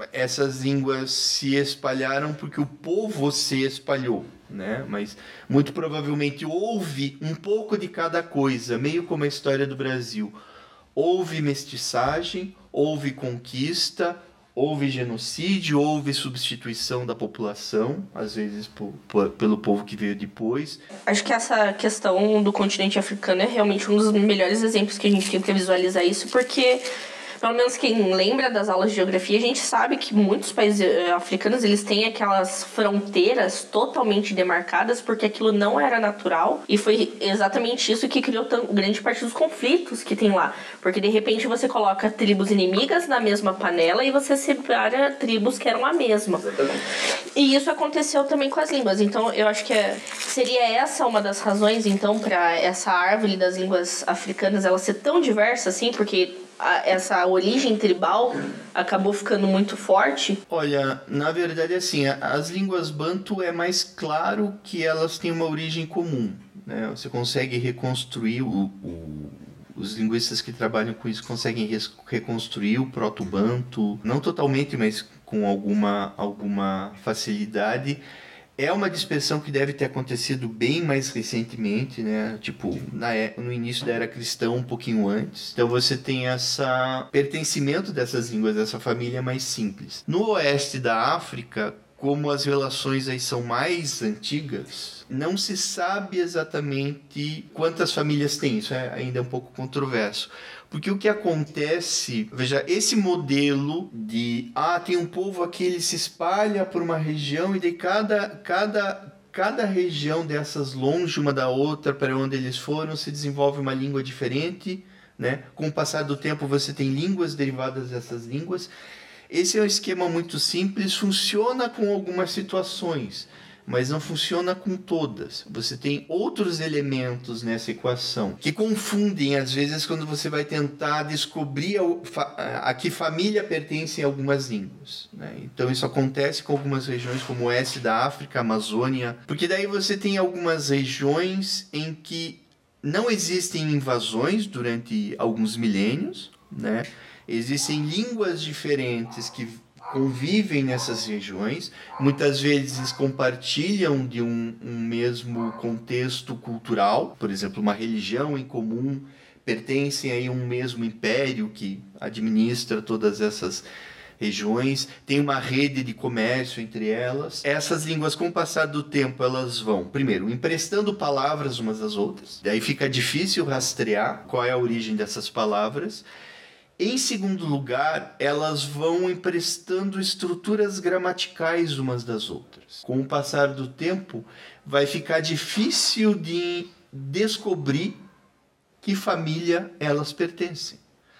essas línguas se espalharam porque o povo se espalhou, né? Mas muito provavelmente houve um pouco de cada coisa, meio como a história do Brasil. Houve mestiçagem, houve conquista, houve genocídio, houve substituição da população, às vezes por, por, pelo povo que veio depois. Acho que essa questão do continente africano é realmente um dos melhores exemplos que a gente tem para visualizar isso, porque, pelo menos quem lembra das aulas de geografia, a gente sabe que muitos países africanos, eles têm aquelas fronteiras totalmente demarcadas, porque aquilo não era natural, e foi exatamente isso que criou tão, grande parte dos conflitos que tem lá. Porque, de repente, você coloca tribos inimigas na mesma panela e você separa tribos que eram a mesma. Exatamente. E isso aconteceu também com as línguas. Então, eu acho que é, seria essa uma das razões, então, para essa árvore das línguas africanas ela ser tão diversa, assim, porque a, essa origem tribal acabou ficando muito forte? Olha, na verdade, assim, as línguas bantu é mais claro que elas têm uma origem comum, né? Você consegue reconstruir, o, o, os linguistas que trabalham com isso conseguem res, reconstruir o proto-bantu, não totalmente, mas com alguma, alguma facilidade. É uma dispersão que deve ter acontecido bem mais recentemente, né? Tipo, na, no início da era cristã, um pouquinho antes. Então você tem esse pertencimento dessas línguas, dessa família mais simples. No oeste da África, como as relações aí são mais antigas, não se sabe exatamente quantas famílias tem. Isso é ainda um pouco controverso. Porque o que acontece, veja, esse modelo de, ah, tem um povo aqui, ele se espalha por uma região e daí cada, cada, cada região dessas longe uma da outra, para onde eles foram, se desenvolve uma língua diferente, né? Com o passar do tempo você tem línguas derivadas dessas línguas. Esse é um esquema muito simples, funciona com algumas situações, mas não funciona com todas. Você tem outros elementos nessa equação que confundem, às vezes, quando você vai tentar descobrir a, a que família pertencem algumas línguas, né? Então isso acontece com algumas regiões como o oeste da África, a Amazônia, porque daí você tem algumas regiões em que não existem invasões durante alguns milênios, né? Existem línguas diferentes que convivem nessas regiões, muitas vezes compartilham de um, um mesmo contexto cultural, por exemplo, uma religião em comum, pertencem a um mesmo império que administra todas essas regiões, tem uma rede de comércio entre elas. Essas línguas, com o passar do tempo, elas vão, primeiro, emprestando palavras umas às outras, daí fica difícil rastrear qual é a origem dessas palavras. Em segundo lugar, elas vão emprestando estruturas gramaticais umas das outras. Com o passar do tempo, vai ficar difícil de descobrir que família elas pertencem.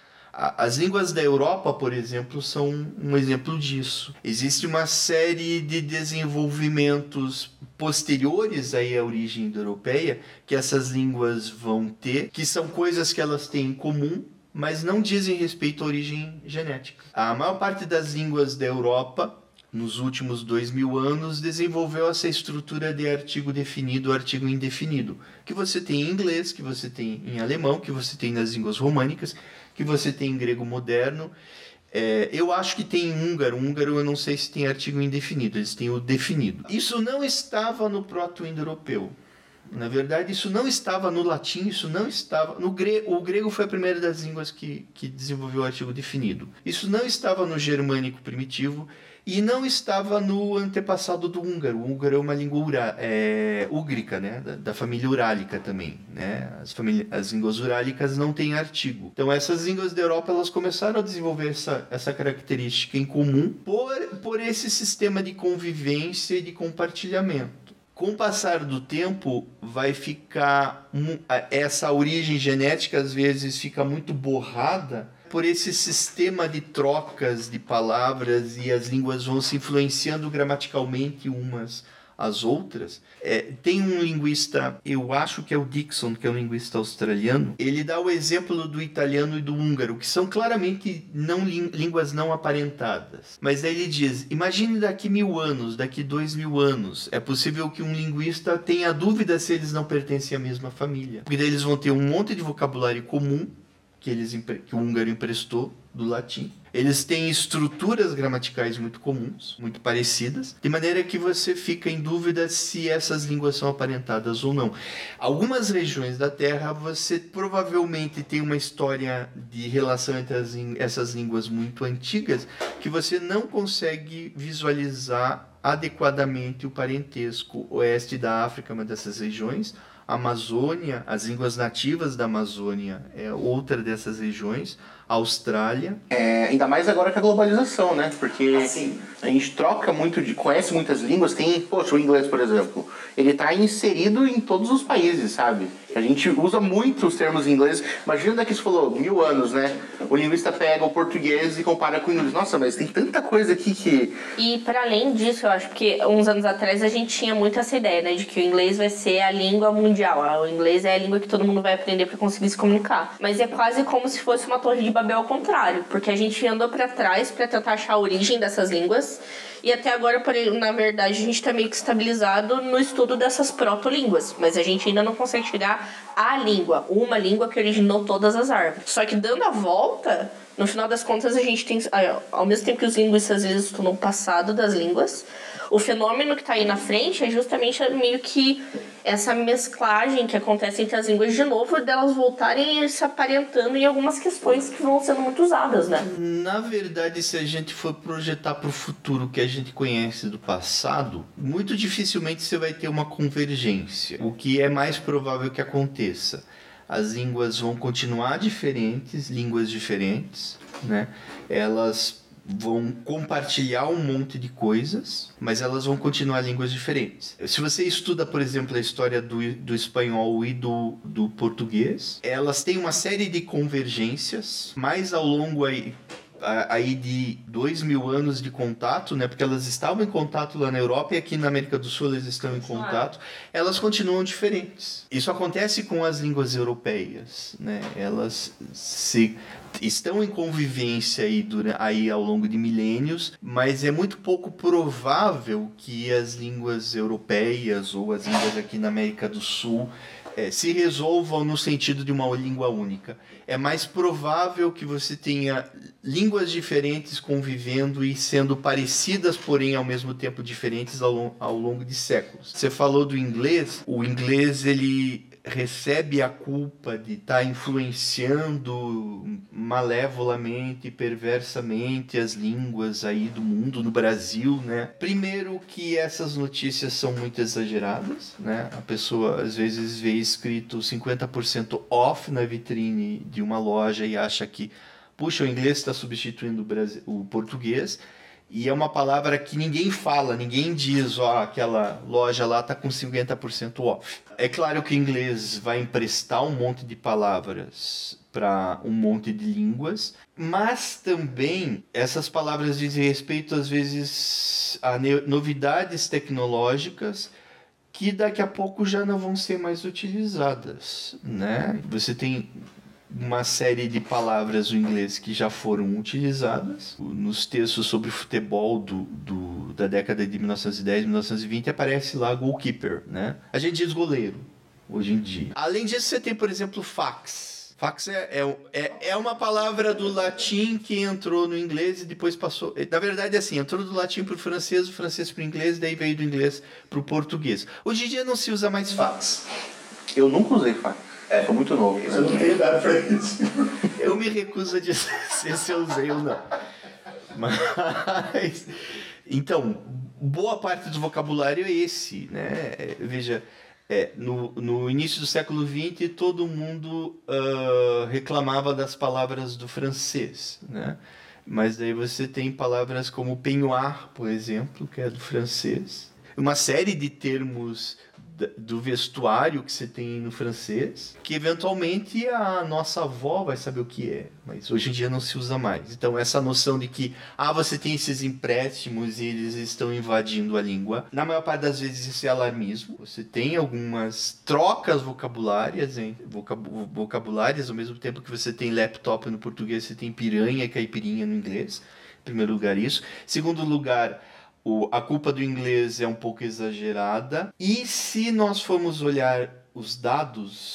As línguas da Europa, por exemplo, são um exemplo disso. Existe uma série de desenvolvimentos posteriores aí à origem indo-europeia que essas línguas vão ter, que são coisas que elas têm em comum, mas não dizem respeito à origem genética. A maior parte das línguas da Europa, nos últimos dois mil anos, desenvolveu essa estrutura de artigo definido, artigo indefinido, que você tem em inglês, que você tem em alemão, que você tem nas línguas românicas, que você tem em grego moderno. É, eu acho que tem em húngaro. Húngaro eu não sei se tem artigo indefinido, eles têm o definido. Isso não estava no proto-indo-europeu. Na verdade, isso não estava no latim, isso não estava... No grego, o grego foi a primeira das línguas que, que desenvolveu o artigo definido. Isso não estava no germânico primitivo e não estava no antepassado do húngaro. O húngaro é uma língua ura, é, úgrica, né? da, da família urálica também. Né? As, família, as línguas urálicas não têm artigo. Então, essas línguas da Europa elas começaram a desenvolver essa, essa característica em comum por, por esse sistema de convivência e de compartilhamento. Com o passar do tempo, vai ficar... Essa origem genética, às vezes, fica muito borrada por esse sistema de trocas de palavras e as línguas vão se influenciando gramaticalmente umas às outras. É, tem um linguista, eu acho que é o Dixon, que é um linguista australiano, ele dá o exemplo do italiano e do húngaro, que são claramente não, línguas não aparentadas. Mas aí ele diz, imagine daqui mil anos, daqui dois mil anos, é possível que um linguista tenha dúvida se eles não pertencem à mesma família. Porque daí eles vão ter um monte de vocabulário comum, que, eles, que o húngaro emprestou do latim. Eles têm estruturas gramaticais muito comuns, muito parecidas, de maneira que você fica em dúvida se essas línguas são aparentadas ou não. Algumas regiões da Terra você provavelmente tem uma história de relação entre as, essas línguas muito antigas que você não consegue visualizar adequadamente o parentesco. Oeste da África é uma dessas regiões, Amazônia, as línguas nativas da Amazônia é outra dessas regiões, Austrália. É, ainda mais agora com a globalização, né? Porque Assim. a gente troca muito, de, conhece muitas línguas, tem, poxa, o inglês, por exemplo, ele tá inserido em todos os países, sabe? A gente usa muito os termos em inglês. Imagina daqui você falou, mil anos, né? O linguista pega o português e compara com o inglês. Nossa, mas tem tanta coisa aqui que... E para além disso, eu acho que uns anos atrás a gente tinha muito essa ideia, né? De que o inglês vai ser a língua mundial. O inglês é a língua que todo mundo vai aprender para conseguir se comunicar. Mas é quase como se fosse uma torre de Babel ao contrário. Porque a gente andou para trás para tentar achar a origem dessas línguas. E até agora, na verdade, a gente está meio que estabilizado no estudo dessas proto-línguas. Mas a gente ainda não consegue chegar à língua, uma língua que originou todas as árvores. Só que dando a volta, no final das contas, a gente tem... Ao mesmo tempo que os linguistas eles estudam o passado das línguas, o fenômeno que está aí na frente é justamente meio que essa mesclagem que acontece entre as línguas de novo, delas voltarem se aparentando em algumas questões que vão sendo muito usadas, né? Na verdade, se a gente for projetar para o futuro o que a gente conhece do passado, muito dificilmente você vai ter uma convergência. O que é mais provável que aconteça? As línguas vão continuar diferentes, línguas diferentes, né? Elas vão compartilhar um monte de coisas, mas elas vão continuar línguas diferentes. Se você estuda, por exemplo, a história do, do espanhol e do, do português, elas têm uma série de convergências, mas ao longo aí, aí de dois mil anos de contato, né? Porque elas estavam em contato lá na Europa e aqui na América do Sul elas estão em contato, elas continuam diferentes. Isso acontece com as línguas europeias, né? Elas se... estão em convivência aí, durante, aí ao longo de milênios, mas é muito pouco provável que as línguas europeias ou as línguas aqui na América do Sul é, se resolvam no sentido de uma língua única. É mais provável que você tenha línguas diferentes convivendo e sendo parecidas, porém ao mesmo tempo diferentes ao, long, ao longo de séculos. Você falou do inglês, o inglês ele recebe a culpa de estar tá influenciando malevolamente, perversamente as línguas aí do mundo, no Brasil, né? Primeiro que essas notícias são muito exageradas, né? A pessoa às vezes vê escrito cinquenta por cento off na vitrine de uma loja e acha que, puxa, o inglês está substituindo o, Brasil, o português. E é uma palavra que ninguém fala, ninguém diz, ó, aquela loja lá tá com cinquenta por cento off. É claro que o inglês vai emprestar um monte de palavras para um monte de línguas, mas também essas palavras dizem respeito, às vezes, a novidades tecnológicas que daqui a pouco já não vão ser mais utilizadas, né? Você tem uma série de palavras do inglês que já foram utilizadas. Nos textos sobre futebol do, do, da década de mil novecentos e dez, mil novecentos e vinte, aparece lá goalkeeper, né? A gente diz goleiro, hoje em dia. Além disso, você tem, por exemplo, fax. Fax é, é, é, é uma palavra do latim que entrou no inglês e depois passou... Na verdade, é assim, entrou do latim para o francês, do francês para o inglês, daí veio do inglês para o português. Hoje em dia não se usa mais fax. Eu nunca usei fax. É, foi muito novo. Eu não tenho idade pra isso. Eu me recuso a dizer se eu usei ou não. Mas... Então, boa parte do vocabulário é esse, né? Veja, é, no, no início do século vinte, todo mundo uh, reclamava das palavras do francês, né? Mas daí você tem palavras como peignoir, por exemplo, que é do francês. Uma série de termos do vestuário que você tem no francês, que eventualmente a nossa avó vai saber o que é, mas hoje em dia não se usa mais. Então essa noção de que ah, você tem esses empréstimos e eles estão invadindo a língua, na maior parte das vezes isso é alarmismo. Você tem algumas trocas vocabulárias, hein? Vocab- vocabulárias, ao mesmo tempo que você tem laptop no português, você tem piranha e caipirinha no inglês. Em primeiro lugar isso. Em segundo lugar, O, a culpa do inglês é um pouco exagerada. E se nós formos olhar os dados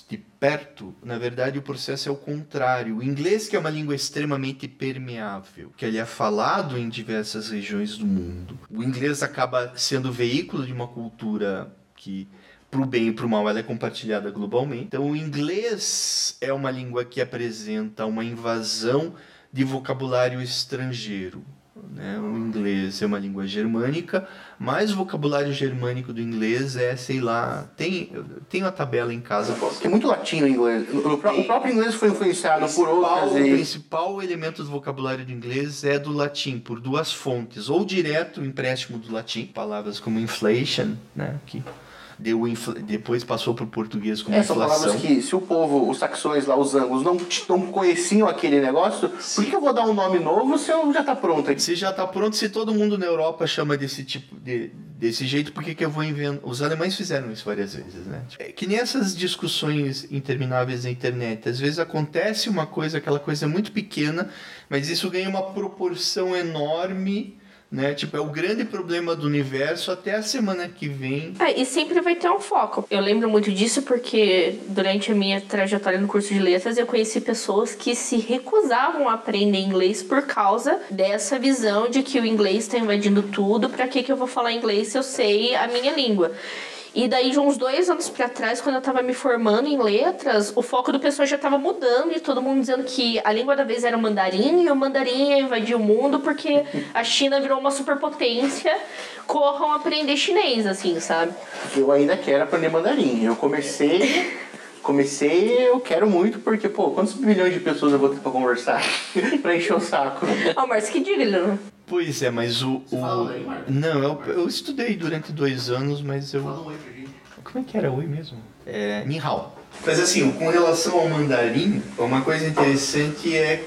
de perto, na verdade o processo é o contrário. O inglês, que é uma língua extremamente permeável, que ele é falado em diversas regiões do mundo. O inglês acaba sendo veículo de uma cultura que, pro bem e pro mal, ela é compartilhada globalmente. Então o inglês é uma língua que apresenta uma invasão de vocabulário estrangeiro. Né? O inglês é uma língua germânica, mas o vocabulário germânico do inglês é, sei lá, tem, tem uma tabela em casa. Porque é muito latim o inglês. O, pró- o próprio inglês foi influenciado por outras. O E... principal elemento do vocabulário do inglês é do latim, por duas fontes. Ou direto, o empréstimo do latim, palavras como inflation, né? que deu infl... depois passou para o português como É, são inflação. palavras que, se o povo, os saxões lá, os anglos, não, não conheciam aquele negócio, por que eu vou dar um nome novo se eu já tá pronto aqui? Se já está pronto, se todo mundo na Europa chama desse tipo, de, desse jeito, por que, que eu vou inventar? Os alemães fizeram isso várias vezes, né? É que nessas discussões intermináveis na internet, às vezes acontece uma coisa, aquela coisa muito pequena, mas isso ganha uma proporção enorme, né? Tipo, é o grande problema do universo até a semana que vem. É, e sempre vai ter um foco. Eu lembro muito disso porque durante a minha trajetória no curso de letras eu conheci pessoas que se recusavam a aprender inglês por causa dessa visão de que o inglês está invadindo tudo. Pra que que eu vou falar inglês se eu sei a minha língua? E daí, de uns dois anos pra trás, quando eu tava me formando em letras, o foco do pessoal já tava mudando e todo mundo dizendo que a língua da vez era o mandarim e o mandarim ia invadir o mundo porque a China virou uma superpotência. Corram aprender chinês, assim, sabe? Eu ainda quero aprender mandarim. Eu comecei... Comecei, eu quero muito, porque, pô, quantos bilhões de pessoas eu vou ter pra conversar? Pra encher o saco. Ah, o Márcio que diga, ele não... Pois é, mas o... o... fala aí, Marcos? Não, eu, eu estudei durante dois anos, mas eu... Fala um oi pra gente. Como é que era oi mesmo? É, Ni hao. Mas assim, com relação ao mandarim, uma coisa interessante é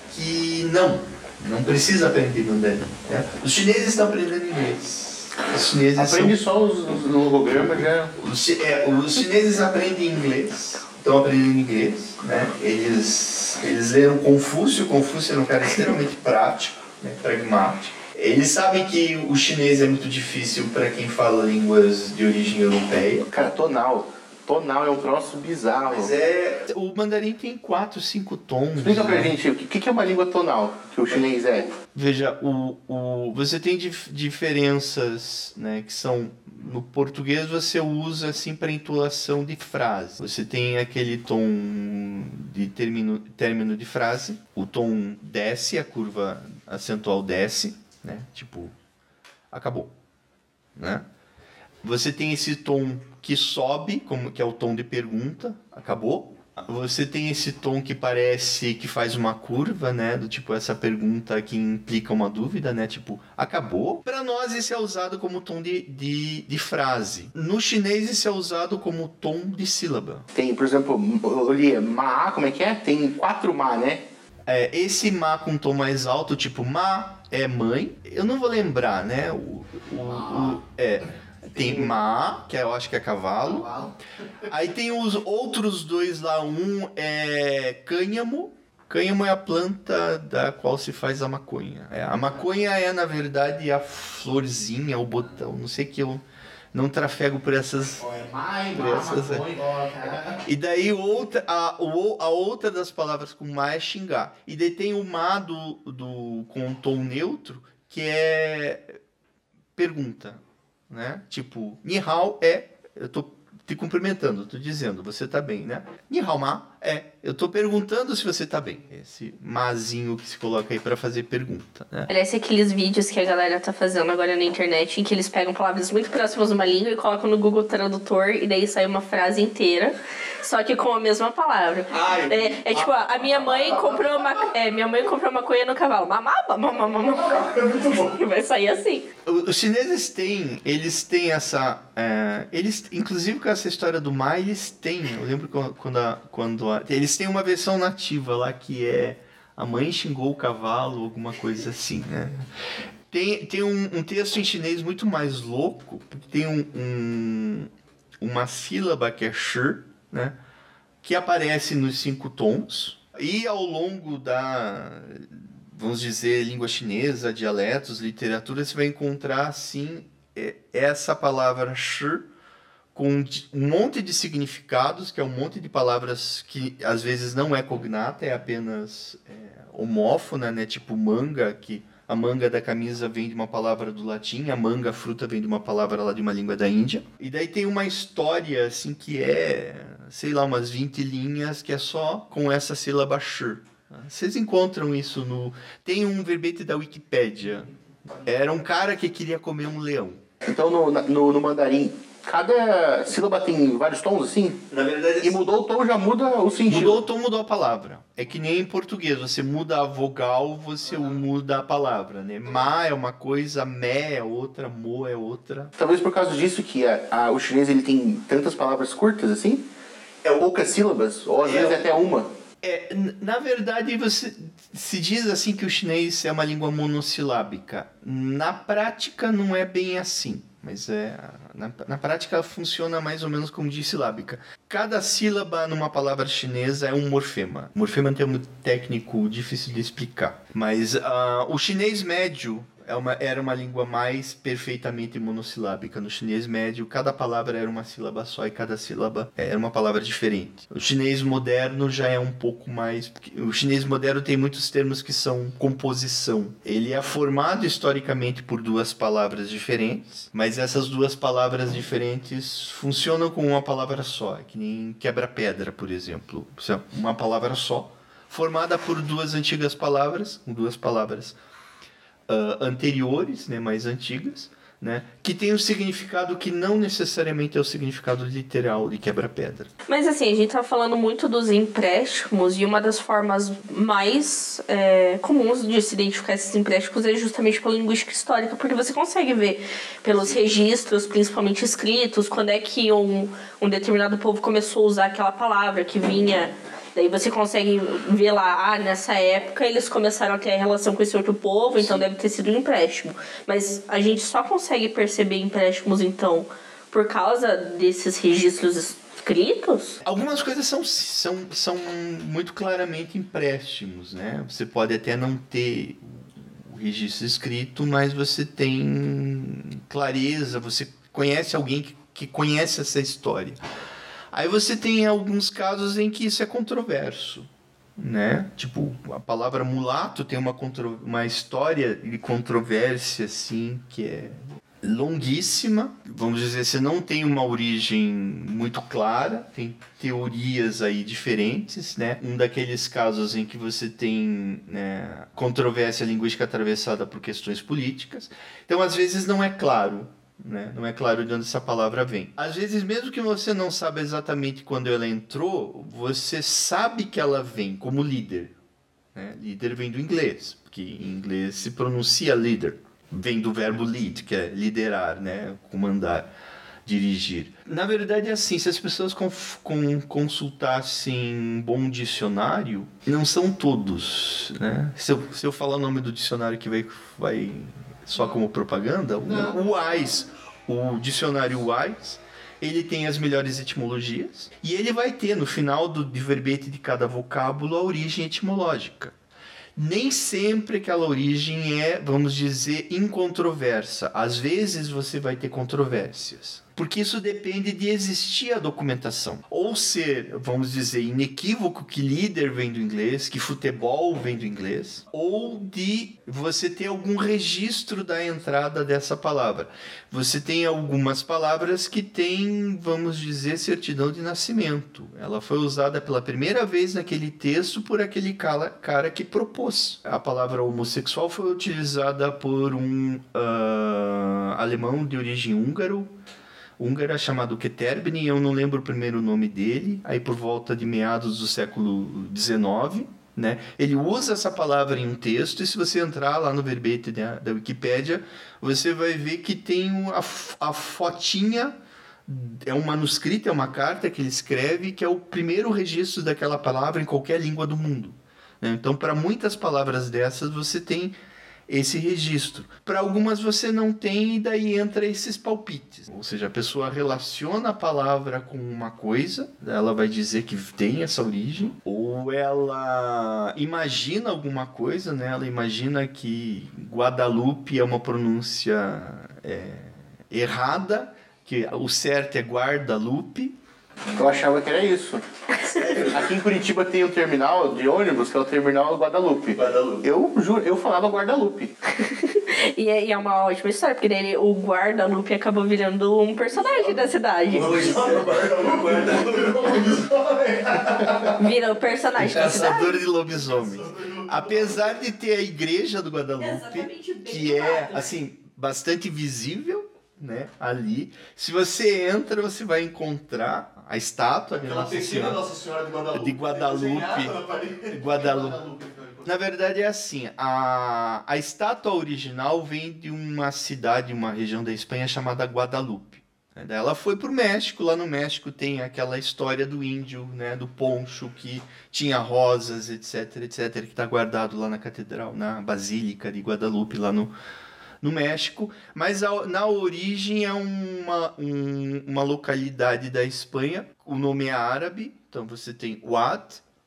que não, não precisa aprender mandarim. Né? Os chineses estão aprendendo inglês. Os chineses Aprende são... só os, os logogramas já. Os, chi- é, os chineses aprendem inglês, estão aprendendo inglês, né? Eles, eles leram Confúcio, Confúcio era um cara extremamente prático, né? Pragmático. Eles sabem que o chinês é muito difícil para quem fala línguas de origem europeia. Cara, tonal. Tonal é um troço bizarro. Mas é... O mandarim tem quatro, cinco tons. Explica pra né? gente, o que, que é uma língua tonal que o chinês é? Veja, o, o, você tem dif- diferenças, né, que são... No português você usa assim para entoação de frase. Você tem aquele tom de término, término de frase. O tom desce, a curva acentual desce, né? Tipo, acabou, né? Você tem esse tom que sobe, como que é o tom de pergunta, acabou. Você tem esse tom que parece que faz uma curva, né? Do tipo, essa pergunta que implica uma dúvida, né? Tipo, acabou? Para nós, isso é usado como tom de, de, de frase. No chinês, isso é usado como tom de sílaba. Tem, por exemplo, eu li ma, como é que é? Tem quatro ma, né? É, esse ma com tom mais alto, tipo, ma é mãe. Eu não vou lembrar, né? O, o, o, é... Tem ma, que eu acho que é cavalo. Aí tem os outros dois lá. Um é cânhamo. Cânhamo é a planta da qual se faz a maconha. É, a maconha é, na verdade, a florzinha, o botão. Não sei que eu não trafego por essas... por essas e daí outra, a, o- a outra das palavras com ma é xingar. E daí tem o ma do, do, com um tom neutro, que é pergunta. Né? Tipo, ni hao é, eu tô te cumprimentando, tô dizendo, você tá bem, né? Ni hao ma é, eu tô perguntando se você tá bem. Esse mazinho que se coloca aí pra fazer pergunta, né? Parece aqueles vídeos que a galera tá fazendo agora na internet em que eles pegam palavras muito próximas de uma língua e colocam no Google Tradutor e daí sai uma frase inteira, só que com a mesma palavra. Ai. É, é tipo, a minha mãe comprou uma, é, minha mãe comprou maconha no cavalo. Mamá, mamá, mamá. É muito bom. E vai sair assim. O- Os chineses têm, eles têm essa, é, eles, inclusive com essa história do ma, eles têm, eu lembro quando, quando, a, quando a, eles têm uma versão nativa lá que é a mãe xingou o cavalo, alguma coisa assim, né? Tem, tem um, um texto em chinês muito mais louco, porque tem um, um- uma sílaba que é shi, né? Que aparece nos cinco tons, e ao longo da, vamos dizer, língua chinesa, dialetos, literatura, você vai encontrar, assim, é- essa palavra shi com um monte de significados, que é um monte de palavras que às vezes não é cognata, é apenas é, homófona, né? Tipo manga, que a manga da camisa vem de uma palavra do latim, a manga, a fruta, vem de uma palavra lá de uma língua da Índia. E daí tem uma história, assim, que é, sei lá, umas vinte linhas, que é só com essa sílaba sh. Vocês encontram isso no... Tem um verbete da Wikipédia. Era um cara que queria comer um leão. Então, no, no, no mandarim, cada sílaba tem vários tons, assim? Na verdade, e mudou o tom, já muda o sentido. Mudou o tom, mudou a palavra. É que nem em português, você muda a vogal, você muda a palavra, né? Ma é uma coisa, mé é outra, mo é outra. Talvez por causa disso que a, a, o chinês ele tem tantas palavras curtas, assim? É poucas sílabas, ou às é, vezes até uma. É, na verdade, você se diz assim que o chinês é uma língua monossilábica. Na prática, não é bem assim. Mas é, na, na prática funciona mais ou menos como dissilábica. Cada sílaba numa palavra chinesa é um morfema. Morfema é um termo técnico difícil de explicar. Mas uh, o chinês médio é uma, era uma língua mais perfeitamente monossilábica. No chinês médio, cada palavra era uma sílaba só e cada sílaba era uma palavra diferente. O chinês moderno já é um pouco mais... O chinês moderno tem muitos termos que são composição. Ele é formado historicamente por duas palavras diferentes, mas essas duas palavras diferentes funcionam com uma palavra só. É que nem quebra-pedra, por exemplo. Uma palavra só, formada por duas antigas palavras, com duas palavras Uh, anteriores, né, mais antigas, né, que tem um significado que não necessariamente é o significado literal de quebra-pedra. Mas assim, a gente tá falando muito dos empréstimos e uma das formas mais é, comuns de se identificar esses empréstimos é justamente pela linguística histórica, porque você consegue ver pelos registros, principalmente escritos, quando é que um, um determinado povo começou a usar aquela palavra que vinha... Daí você consegue ver lá, ah, nessa época eles começaram a ter relação com esse outro povo, então Sim. deve ter sido um empréstimo. Mas a gente só consegue perceber empréstimos, então, por causa desses registros escritos? Algumas coisas são, são, são muito claramente empréstimos, né? Você pode até não ter o registro escrito, mas você tem clareza, você conhece alguém que, que conhece essa história. Aí você tem alguns casos em que isso é controverso, né? Tipo, a palavra mulato tem uma, contro... uma história de controvérsia, assim, que é longuíssima. Vamos dizer, você não tem uma origem muito clara, tem teorias aí diferentes, né? Um daqueles casos em que você tem, né, controvérsia linguística atravessada por questões políticas. Então, às vezes, não é claro. Né? Não é claro de onde essa palavra vem. Às vezes, mesmo que você não saiba exatamente quando ela entrou, você sabe que ela vem como líder. Né? Líder vem do inglês, porque em inglês se pronuncia leader. Vem do verbo lead, que é liderar, né? Comandar, dirigir. Na verdade é assim, se as pessoas com, com, consultassem um bom dicionário, não são todos. Né? Se, eu, se eu falar o nome do dicionário que vai... vai só como propaganda, o, o WISE, o dicionário WISE, ele tem as melhores etimologias e ele vai ter no final do de verbete de cada vocábulo a origem etimológica. Nem sempre aquela origem é, vamos dizer, incontroversa. Às vezes você vai ter controvérsias. Porque isso depende de existir a documentação. Ou ser, vamos dizer, inequívoco que líder vem do inglês, que futebol vem do inglês, ou de você ter algum registro da entrada dessa palavra. Você tem algumas palavras que têm, vamos dizer, certidão de nascimento. Ela foi usada pela primeira vez naquele texto por aquele cara que propôs. A palavra homossexual foi utilizada por um uh, alemão de origem húngaro, húngara, chamado Keterbni, eu não lembro o primeiro nome dele, aí por volta de meados do século dezenove, né? Ele usa essa palavra em um texto, e se você entrar lá no verbete da, da Wikipédia, você vai ver que tem a, a fotinha, é um manuscrito, é uma carta que ele escreve, que é o primeiro registro daquela palavra em qualquer língua do mundo. Né? Então, para muitas palavras dessas, você tem esse registro. Para algumas você não tem, e daí entra esses palpites. Ou seja, a pessoa relaciona a palavra com uma coisa, ela vai dizer que tem essa origem, ou ela imagina alguma coisa, né? Ela imagina que Guadalupe é uma pronúncia é, errada, que o certo é Guadalupe. Eu achava que era isso. Sério? Aqui em Curitiba tem um terminal de ônibus, que é o terminal Guadalupe. Guadalupe. Eu juro, eu falava Guadalupe. E é, e é uma ótima história, porque daí o Guadalupe acabou virando um personagem da cidade. Vira o personagem da cidade. Caçador de lobisomens. Apesar de ter a igreja do Guadalupe, Exatamente, bem que é, do lado. assim, bastante visível, né, ali. Se você entra, você vai encontrar a estátua de Aquela Nossa pequena Senhora Nossa Senhora de Guadalupe. de Guadalupe. Desenhada na parede. Guadalupe. Na verdade é assim, a, a estátua original vem de uma cidade, uma região da Espanha chamada Guadalupe. Daí ela foi pro México, lá no México tem aquela história do índio, né, do poncho que tinha rosas, etc, etc, que está guardado lá na catedral, na Basílica de Guadalupe, lá no, no México. Mas a, na origem é uma, um, uma localidade da Espanha, o nome é árabe, então você tem Wad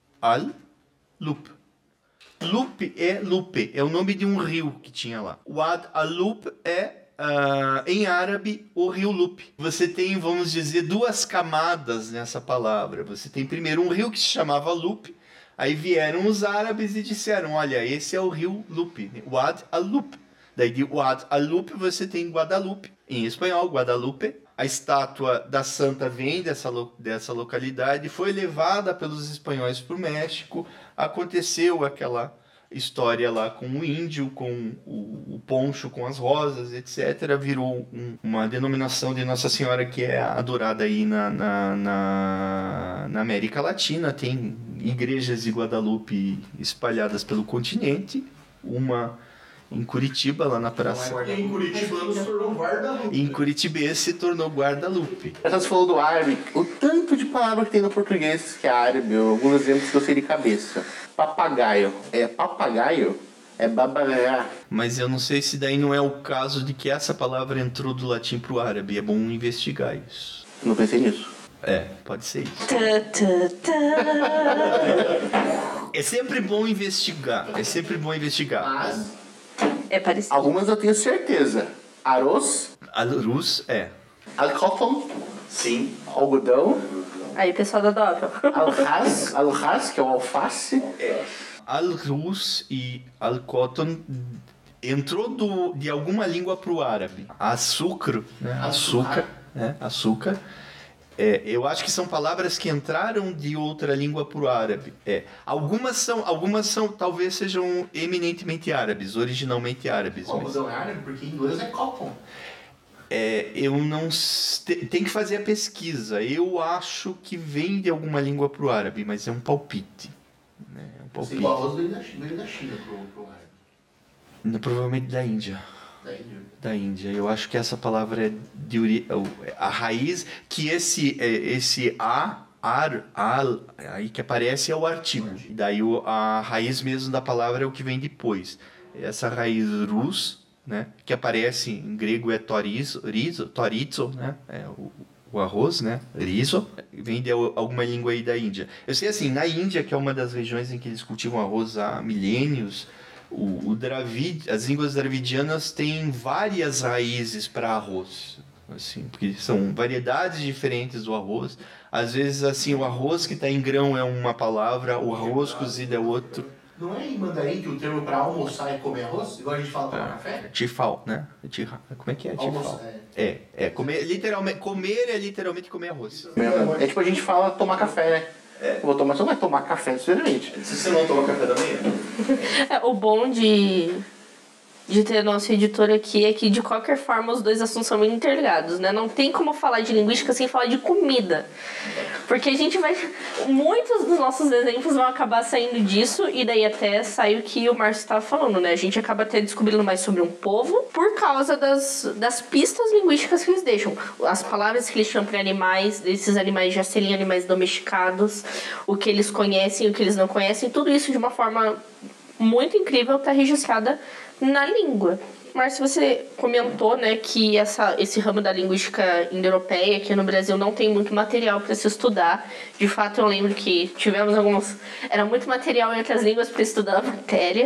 al-Lup. Lupe é Lupe, é o nome de um rio que tinha lá. Wad al-Lup é Uh, em árabe, o rio Lupe. Você tem, vamos dizer, duas camadas nessa palavra. Você tem primeiro um rio que se chamava Lupe, aí vieram os árabes e disseram, olha, esse é o rio Lupe, Wad al-Lup. Daí de Wad al-Lup você tem Guadalupe, em espanhol, Guadalupe. A estátua da santa vem dessa, lo- dessa localidade, foi levada pelos espanhóis para o México, aconteceu aquela história lá com o índio, com o, o poncho, com as rosas, etcétera. Virou um, uma denominação de Nossa Senhora que é adorada aí na, na, na, na América Latina. Tem igrejas de Guadalupe espalhadas pelo continente. Uma em Curitiba, lá na praça. E em Curitiba se tornou Guadalupe. Em Curitiba se tornou Guadalupe. Você falou do árabe, o tanto de palavra que tem no português que é árabe, alguns exemplos que eu sei de cabeça. Papagaio. É papagaio? É babará. Mas eu não sei se daí não é o caso de que essa palavra entrou do latim para o árabe. É bom investigar isso. Não pensei nisso. É, pode ser isso. Tã, tã, tã. É sempre bom investigar. É sempre bom investigar. Mas É parecido. algumas eu tenho certeza. Arroz, Al-Rus é. al-cotton, Sim. algodão, Aí, pessoal da Doppel. al-ras, al-ras, que é o alface. Al-Rus e Al-Cotton entrou do, de alguma língua para o árabe. Açúcar, né? Açúcar, né? Açúcar. É, eu acho que são palavras que entraram de outra língua para o árabe. É. Algumas são, algumas são, talvez sejam eminentemente árabes, originalmente árabes. O um Mas, algodão é árabe porque em inglês é cotton. é, eu não s- te- tem que fazer a pesquisa. Eu acho que vem de alguma língua para o árabe, mas é um palpite. Né? É um Sim, palpite. o arroz veio da China, veio da China pro, pro árabe. Provavelmente da Índia. Da Índia. Da Índia. Eu acho que essa palavra é de ori... a raiz, que esse, é, esse a, ar, al, aí que aparece é o artigo. E daí o, a raiz mesmo da palavra é o que vem depois. Essa raiz rus, né, que aparece em grego é torizo, rizo, torizo, né, é o, o arroz, né, rizo, vem de alguma língua aí da Índia. Eu sei assim, na Índia, que é uma das regiões em que eles cultivam arroz há milênios, o, o Dravid, as línguas dravidianas têm várias raízes para arroz, assim, porque são variedades diferentes do arroz. Às vezes, assim, o arroz que está em grão é uma palavra, o arroz cozido é outro. Não é em mandarim que o termo pra almoçar é comer arroz? Igual a gente fala tomar café? Tifal, né? Tifa- Como é que é tifal? Almoçar, é. É, é comer, literalmente, comer é literalmente comer arroz. É tipo a gente fala tomar café, né? É. Eu vou tomar, você não vai tomar café necessariamente. Se você não toma café da manhã, É, o bom de, de ter nosso editor aqui é que, de qualquer forma, os dois assuntos são bem interligados, né? Não tem como falar de linguística sem falar de comida. Porque a gente vai... Muitos dos nossos exemplos vão acabar saindo disso, e daí até sai o que o Márcio estava falando, né? A gente acaba até descobrindo mais sobre um povo por causa das, das pistas linguísticas que eles deixam. As palavras que eles chamam para animais, desses animais já serem animais domesticados, o que eles conhecem, o que eles não conhecem, tudo isso de uma forma muito incrível está registrada na língua. Márcio, você comentou, né, que essa, esse ramo da linguística indo-europeia aqui no Brasil não tem muito material para se estudar. De fato, eu lembro que tivemos alguns... Era muito material entre as línguas para estudar a matéria.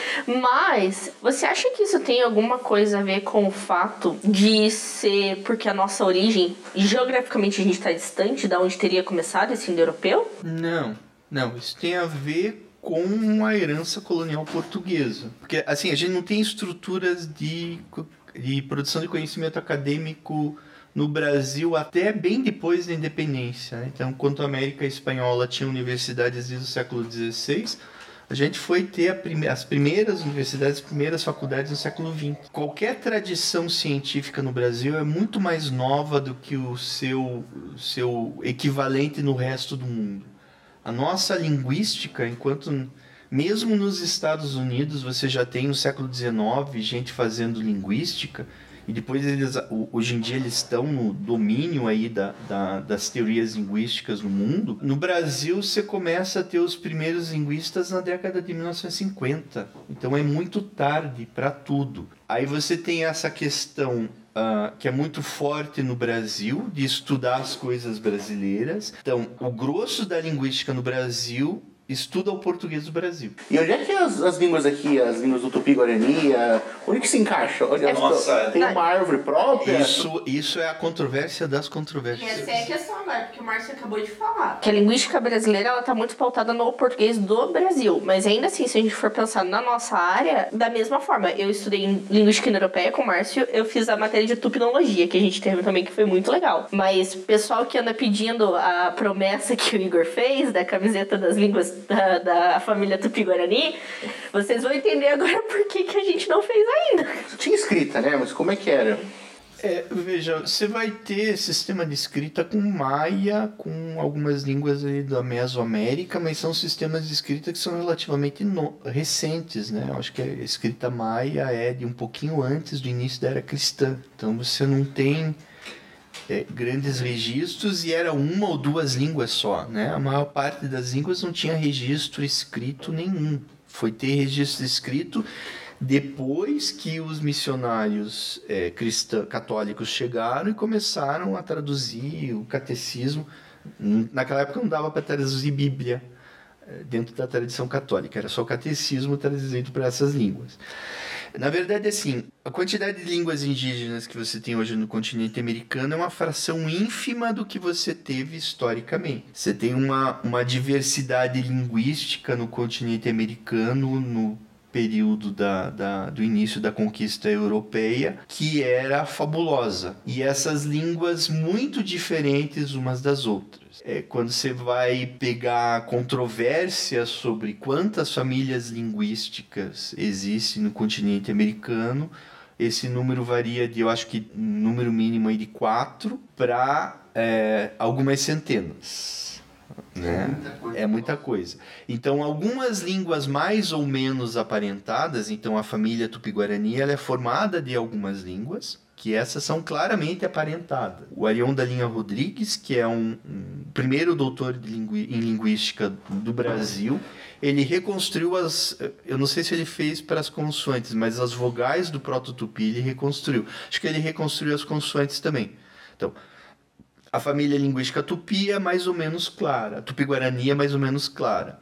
Mas, você acha que isso tem alguma coisa a ver com o fato de ser porque a nossa origem, geograficamente a gente está distante da onde teria começado esse indo-europeu? Não, não. Isso tem a ver com a herança colonial portuguesa. Porque, assim, a gente não tem estruturas de, de produção de conhecimento acadêmico no Brasil até bem depois da independência. Então, enquanto a América Espanhola tinha universidades desde o século dezesseis, a gente foi ter a prime- as primeiras universidades, as primeiras faculdades no século vinte. Qualquer tradição científica no Brasil é muito mais nova do que o seu, seu equivalente no resto do mundo. A nossa linguística, enquanto mesmo nos Estados Unidos você já tem no século dezenove gente fazendo linguística, e depois eles, hoje em dia eles estão no domínio aí da, da, das teorias linguísticas no mundo. No Brasil você começa a ter os primeiros linguistas na década de mil novecentos e cinquenta, então é muito tarde para tudo. Aí você tem essa questão Uh, que é muito forte no Brasil, de estudar as coisas brasileiras. Então, o grosso da linguística no Brasil estuda o português do Brasil. E onde é que as, as línguas aqui, as línguas do Tupi-Guarani, a... onde que se encaixa? Onde elas Nossa, tem uma árvore própria? Isso, isso é a controvérsia das controvérsias. Essa é a questão agora, porque o Márcio acabou de falar. Que a linguística brasileira, ela tá muito pautada no português do Brasil. Mas ainda assim, se a gente for pensar na nossa área, da mesma forma, eu estudei em linguística indo-europeia com o Márcio, eu fiz a matéria de tupinologia, que a gente teve também, que foi muito legal. Mas o pessoal que anda pedindo a promessa que o Igor fez, da camiseta das línguas Da, da família Tupi-Guarani, vocês vão entender agora por que, que a gente não fez ainda. Tinha escrita, né? Mas como é que era? É, veja, você vai ter sistema de escrita com Maia, com algumas línguas aí da Mesoamérica, mas são sistemas de escrita que são relativamente no, recentes, né? Eu acho que a escrita Maia é de um pouquinho antes do início da Era Cristã. Então você não tem É, grandes registros e era uma ou duas línguas só, né? A maior parte das línguas não tinha registro escrito nenhum. Foi ter registro escrito depois que os missionários é, cristã, católicos chegaram e começaram a traduzir o catecismo. Naquela época não dava para traduzir Bíblia é, dentro da tradição católica, era só o catecismo traduzido para essas línguas. Na verdade, assim, a quantidade de línguas indígenas que você tem hoje no continente americano é uma fração ínfima do que você teve historicamente. Você tem uma, uma diversidade linguística no continente americano no período da, da, do início da conquista europeia, que era fabulosa. E essas línguas muito diferentes umas das outras. É, quando você vai pegar controvérsia sobre quantas famílias linguísticas existem no continente americano, esse número varia de, eu acho que, um número mínimo aí de quatro para é, algumas centenas. Né? É muita coisa. É muita coisa. Então, algumas línguas mais ou menos aparentadas, então a família Tupi-Guarani ela é formada de algumas línguas, que essas são claramente aparentadas. O Arion da Linha Rodrigues, que é um, um primeiro doutor de lingu, em linguística do Brasil, ele reconstruiu as... Eu não sei se ele fez para as consoantes, mas as vogais do proto-tupi ele reconstruiu. Acho que ele reconstruiu as consoantes também. Então, a família linguística tupi é mais ou menos clara. A Tupi-Guarani é mais ou menos clara.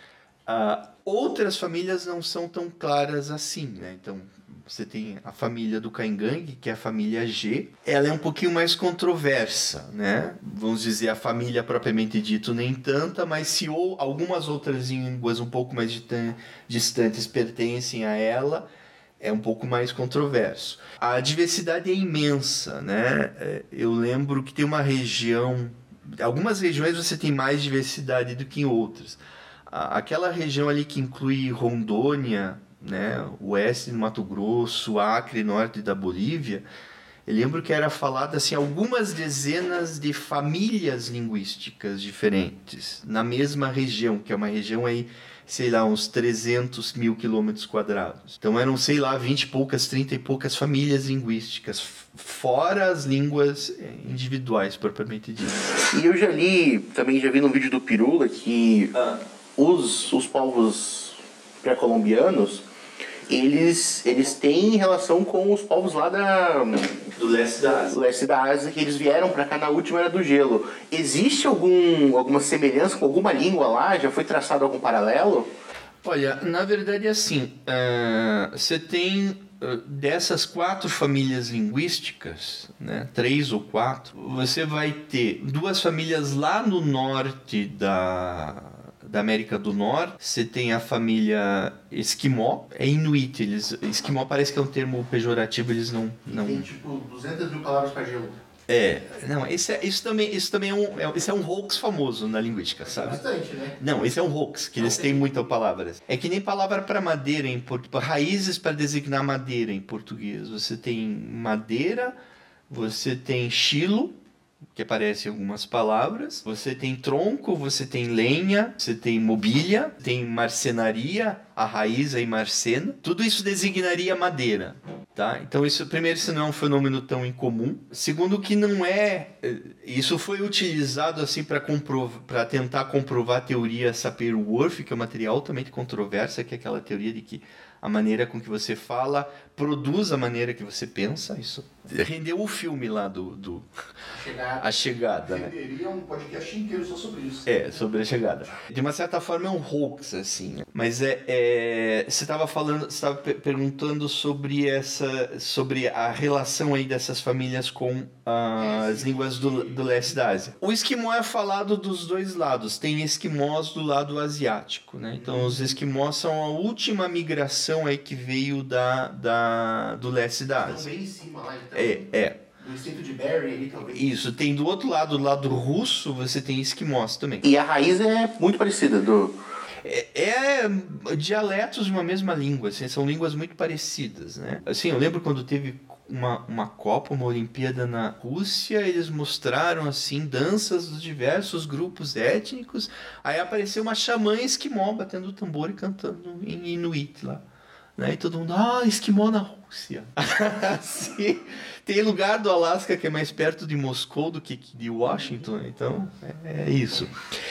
Uh, outras famílias não são tão claras assim, né? Então, você tem a família do Caingangue, que é a família G. Ela é um pouquinho mais controversa, né? Vamos dizer, a família propriamente dito nem tanta, mas se ou algumas outras línguas um pouco mais distantes pertencem a ela, é um pouco mais controverso. A diversidade é imensa, né? Eu lembro que tem uma região... Algumas regiões você tem mais diversidade do que em outras. Aquela região ali que inclui Rondônia, né, oeste do Mato Grosso, Acre, norte da Bolívia, eu lembro que era falado assim, algumas dezenas de famílias linguísticas diferentes na mesma região, que é uma região aí, sei lá, uns trezentos mil quilômetros quadrados. Então eram, sei lá, vinte e poucas, trinta e poucas famílias linguísticas, fora as línguas individuais, propriamente dito. E eu já li, também já vi no vídeo do Pirula, que ah. os, os povos pré-colombianos, eles, eles têm relação com os povos lá da... Do leste da Ásia. Do leste da Ásia, que eles vieram pra cá na última era do gelo. Existe algum, alguma semelhança com alguma língua lá? Já foi traçado algum paralelo? Olha, na verdade é assim, uh, você tem uh, dessas quatro famílias linguísticas, né, três ou quatro, você vai ter duas famílias lá no norte da, da América do Norte. Você tem a família Esquimó, é Inuit, eles, Esquimó parece que é um termo pejorativo, eles não... não... Tem tipo duzentas mil palavras para gelo. É, não, esse é, isso também, isso também é um, é, esse é um hoax famoso na linguística, sabe? Bastante, né? Não, esse é um hoax, que eles têm muitas palavras. É que nem palavra para madeira em português, raízes para designar madeira em português. Você tem madeira, você tem chilo, que aparece em algumas palavras, você tem tronco, você tem lenha, você tem mobília, tem marcenaria, a raiz aí marcena. Tudo isso designaria madeira. Tá? Então, isso, primeiro, isso não é um fenômeno tão incomum. Segundo, que não é... Isso foi utilizado assim para comprov- para tentar comprovar a teoria Sapir-Whorf, que é uma teoria altamente controversa, que é aquela teoria de que a maneira com que você fala produz a maneira que você pensa. Isso rendeu o filme lá do... do... Chegada. A Chegada, né? Renderia um podcast inteiro só sobre isso. É, sobre a chegada. De uma certa forma é um hoax, assim. Mas é, é você estava falando, você estava pe- perguntando sobre essa, sobre a relação aí dessas famílias com ah, as línguas do, do leste da Ásia. O esquimó é falado dos dois lados. Tem esquimós do lado asiático, né? Então os esquimós são a última migração aí que veio da, da do leste da Estão Ásia. bem em cima lá, então. É, é. Do estreito de Bering ali, talvez. Isso, tem do outro lado, do lado russo, você tem esquimós também. E a raiz é muito parecida do... É, é dialetos de uma mesma língua, assim, são línguas muito parecidas, né? Assim, eu lembro quando teve uma, uma Copa, uma Olimpíada na Rússia, eles mostraram, assim, danças dos diversos grupos étnicos, aí apareceu uma xamã esquimó batendo tambor e cantando em Inuit lá. Né? E todo mundo, ah, esquimó na Rússia. Assim, tem lugar do Alasca que é mais perto de Moscou do que de Washington, então é, é isso.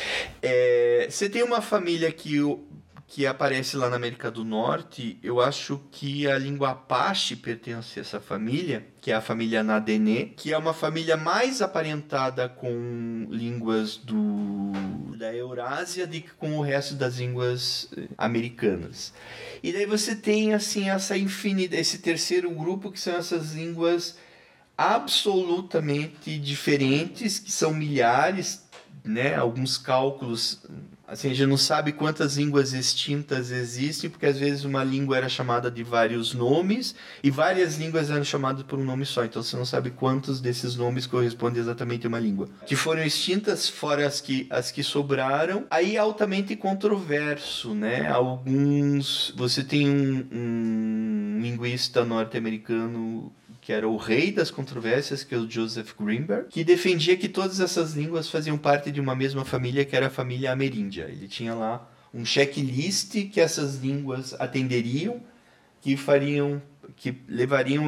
É, você tem uma família que, que aparece lá na América do Norte, eu acho que a língua Apache pertence a essa família, que é a família Nadené, que é uma família mais aparentada com línguas do, da Eurásia do que com o resto das línguas americanas. E daí você tem assim essa infinidade, esse terceiro grupo que são essas línguas absolutamente diferentes, que são milhares, né? Alguns cálculos, assim, a gente não sabe quantas línguas extintas existem, porque às vezes uma língua era chamada de vários nomes e várias línguas eram chamadas por um nome só, então você não sabe quantos desses nomes correspondem exatamente a uma língua. Que foram extintas, fora as que, as que sobraram, aí é altamente controverso, né? Alguns... Você tem um, um linguista norte-americano que era o rei das controvérsias, que é o Joseph Greenberg, que defendia que todas essas línguas faziam parte de uma mesma família, que era a família ameríndia. Ele tinha lá um checklist que essas línguas atenderiam, que fariam, que levariam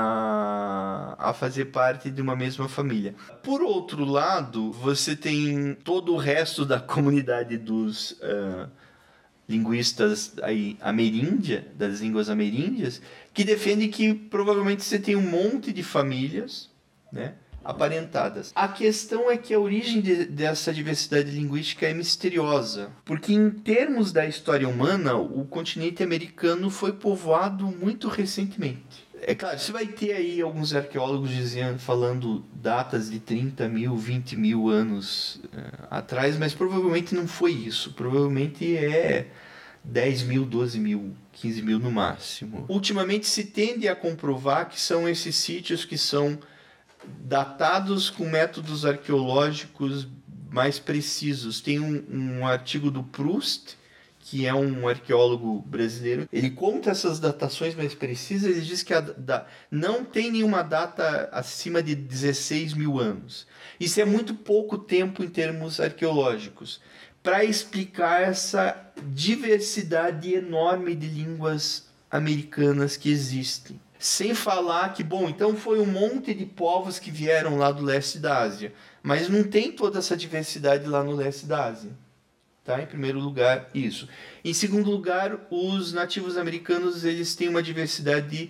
a, a fazer parte de uma mesma família. Por outro lado, você tem todo o resto da comunidade dos uh, linguistas aí, ameríndia, das línguas ameríndias, que defende que provavelmente você tem um monte de famílias, né, aparentadas. A questão é que a origem de, dessa diversidade linguística é misteriosa, porque em termos da história humana, o continente americano foi povoado muito recentemente. É claro, você vai ter aí alguns arqueólogos dizendo, falando datas de trinta mil, vinte mil anos uh, atrás, mas provavelmente não foi isso. Provavelmente é dez mil, doze mil, quinze mil no máximo. Ultimamente se tende a comprovar que são esses sítios que são datados com métodos arqueológicos mais precisos. Tem um, um artigo do Proust, que é um arqueólogo brasileiro, ele conta essas datações mais precisas, ele diz que a, da, não tem nenhuma data acima de dezesseis mil anos. Isso é muito pouco tempo em termos arqueológicos, para explicar essa diversidade enorme de línguas americanas que existem. Sem falar que, bom, então foi um monte de povos que vieram lá do leste da Ásia, mas não tem toda essa diversidade lá no leste da Ásia. Tá? Em primeiro lugar, isso. Em segundo lugar, os nativos americanos eles têm uma diversidade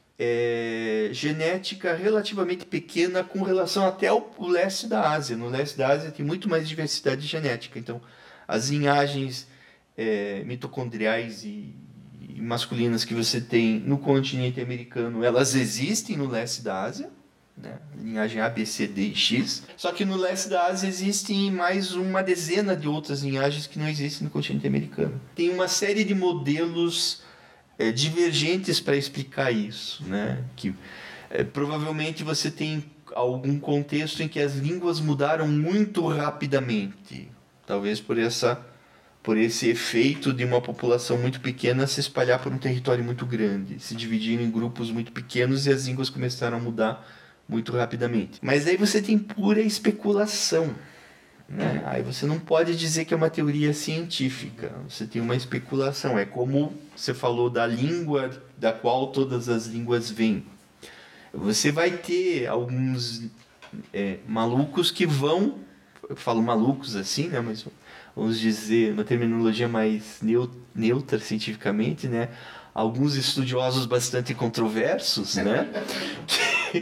é, genética relativamente pequena com relação até ao leste da Ásia. No leste da Ásia tem muito mais diversidade genética. Então, as linhagens é, mitocondriais e, e masculinas que você tem no continente americano, elas existem no leste da Ásia. Né? Linhagem A, B, C, D e X. Só que no leste da Ásia existem mais uma dezena de outras linhagens que não existem no continente americano. Tem uma série de modelos é, divergentes para explicar isso. Né? Que, é, provavelmente você tem algum contexto em que as línguas mudaram muito rapidamente. Talvez por, essa, por esse efeito de uma população muito pequena se espalhar por um território muito grande. Se dividir em grupos muito pequenos e as línguas começaram a mudar muito rapidamente. Mas aí você tem pura especulação. Né? Aí você não pode dizer que é uma teoria científica. Você tem uma especulação. É como você falou da língua da qual todas as línguas vêm. Você vai ter alguns é, malucos que vão... Eu falo malucos assim, né? Mas vamos dizer, uma terminologia mais neutra cientificamente, né? Alguns estudiosos bastante controversos, né? que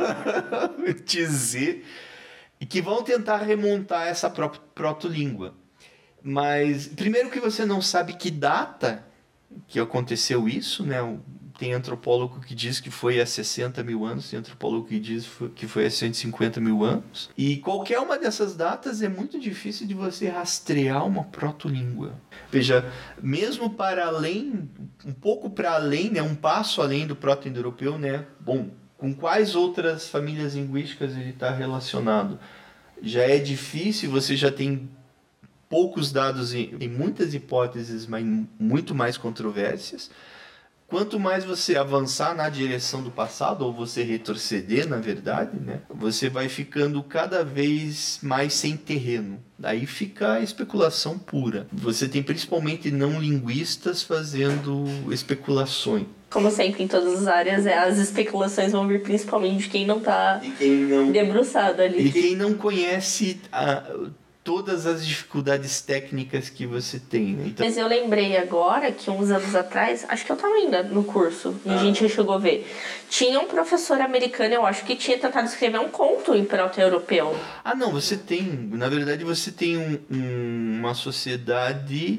vão dizer e que vão tentar remontar essa própria proto-língua. Mas, primeiro que você não sabe que data que aconteceu isso, né? Tem antropólogo que diz que foi há sessenta mil anos, tem antropólogo que diz que foi há cento e cinquenta mil anos. E qualquer uma dessas datas é muito difícil de você rastrear uma proto-língua. Veja, mesmo para além, um pouco para além, né, um passo além do proto-indo-europeu, né? Bom, com quais outras famílias linguísticas ele está relacionado? Já é difícil, você já tem poucos dados e, e muitas hipóteses, mas muito mais controvérsias. Quanto mais você avançar na direção do passado, ou você retroceder, na verdade, né, você vai ficando cada vez mais sem terreno. Daí fica a especulação pura. Você tem principalmente não linguistas fazendo especulações. Como sempre, em todas as áreas, as especulações vão vir principalmente de quem não está não... debruçado ali. E quem não conhece a... todas as dificuldades técnicas que você tem. Né? Então... Mas eu lembrei agora que uns anos atrás, acho que eu estava ainda no curso, e ah. a gente chegou a ver, tinha um professor americano, eu acho que tinha tentado escrever um conto em proto-europeu. Ah, não, você tem, na verdade você tem um, um, uma sociedade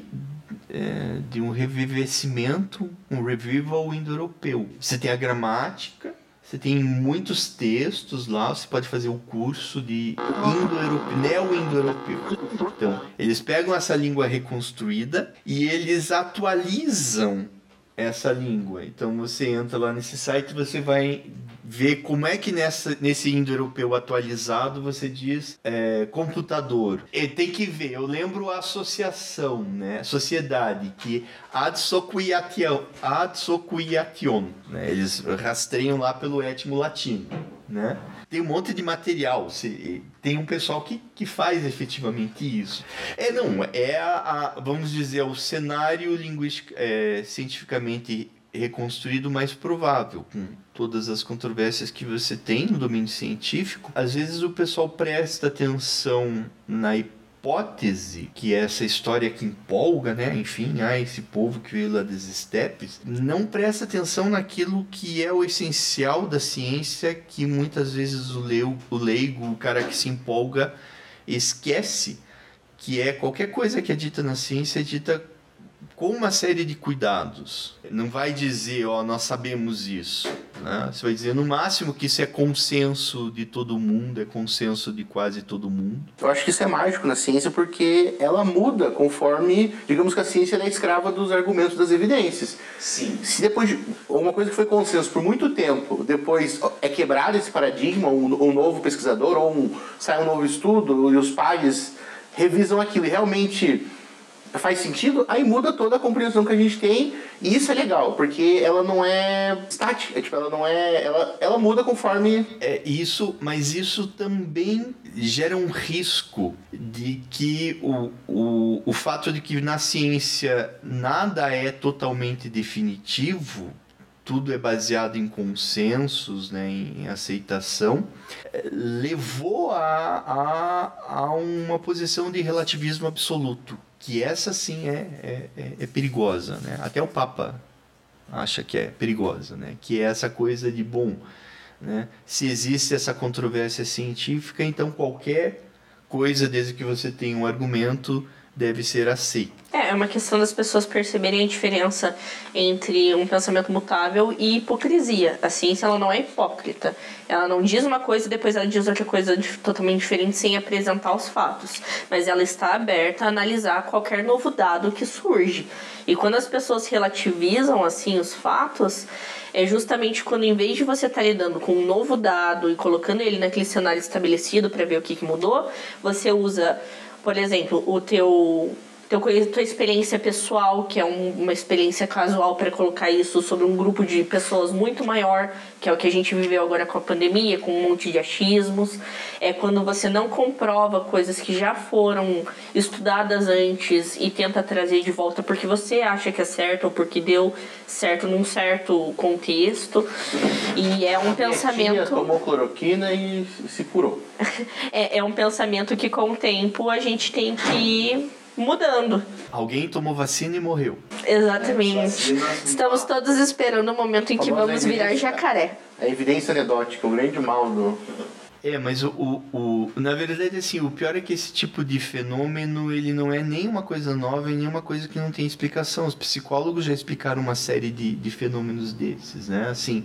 é, de um revivecimento, um revival indo-europeu. Você tem a gramática, você tem muitos textos lá, você pode fazer o curso de indo-europeu, neo-indo-europeu. Então, eles pegam essa língua reconstruída e eles atualizam essa língua. Então, você entra lá nesse site e você vai ver como é que nessa, nesse indo-europeu atualizado você diz é, computador. E tem que ver, eu lembro a associação, né? Sociedade, que adsoquiation, adsoquiation, né? Eles rastreiam lá pelo étimo latino, né? Tem um monte de material, tem um pessoal que, que faz efetivamente isso. É, não, é a, a vamos dizer, o cenário linguístico, é, cientificamente reconstruído mais provável, com todas as controvérsias que você tem no domínio científico. Às vezes o pessoal presta atenção na hipótese, que é essa história que empolga, né? Enfim, ah, esse povo que veio lá das estepes, não presta atenção naquilo que é o essencial da ciência, que muitas vezes o leigo, o leigo, o cara que se empolga, esquece, que é qualquer coisa que é dita na ciência é dita com uma série de cuidados. Não vai dizer, ó, nós sabemos isso. Né? Você vai dizer, no máximo, que isso é consenso de todo mundo, é consenso de quase todo mundo. Eu acho que isso é mágico na ciência, porque ela muda conforme, digamos que a ciência é escrava dos argumentos, das evidências. Sim. Se depois de uma coisa que foi consenso por muito tempo, depois é quebrado esse paradigma, um, um novo pesquisador, ou um, sai um novo estudo, e os pares revisam aquilo, e realmente faz sentido, aí muda toda a compreensão que a gente tem, e isso é legal, porque ela não é estática, é, tipo, ela não é, ela, ela muda conforme... É isso, mas isso também gera um risco de que o, o, o fato de que na ciência nada é totalmente definitivo tudo é baseado em consensos, né, em aceitação, levou a, a, a uma posição de relativismo absoluto, que essa sim é, é, é perigosa, né? Até o Papa acha que é perigosa, né? Que é essa coisa de, bom, né, se existe essa controvérsia científica, então qualquer coisa, desde que você tenha um argumento, deve ser aceita. É, é uma questão das pessoas perceberem a diferença entre um pensamento mutável e hipocrisia. A ciência, ela não é hipócrita. Ela não diz uma coisa e depois ela diz outra coisa totalmente diferente sem apresentar os fatos. Mas ela está aberta a analisar qualquer novo dado que surge. E quando as pessoas relativizam, assim, os fatos, é justamente quando, em vez de você estar lidando com um novo dado e colocando ele naquele cenário estabelecido para ver o que, que mudou, você usa, por exemplo, o teu, teu, tua experiência pessoal, que é um, uma experiência casual, para colocar isso sobre um grupo de pessoas muito maior, que é o que a gente viveu agora com a pandemia, com um monte de achismos. É quando você não comprova coisas que já foram estudadas antes e tenta trazer de volta porque você acha que é certo ou porque deu certo num certo contexto. E é um pensamento... Minha tia tomou cloroquina e se curou. é, é um pensamento que, com o tempo, a gente tem que ir mudando. Alguém tomou vacina e morreu. Exatamente. Estamos todos esperando o momento em que vamos virar jacaré. A evidência anedótica, o grande mal do... É, mas o, o, o, na verdade, assim, o pior é que esse tipo de fenômeno, ele não é nem uma coisa nova e nem uma coisa que não tem explicação. Os psicólogos já explicaram uma série de, de fenômenos desses, né? Assim,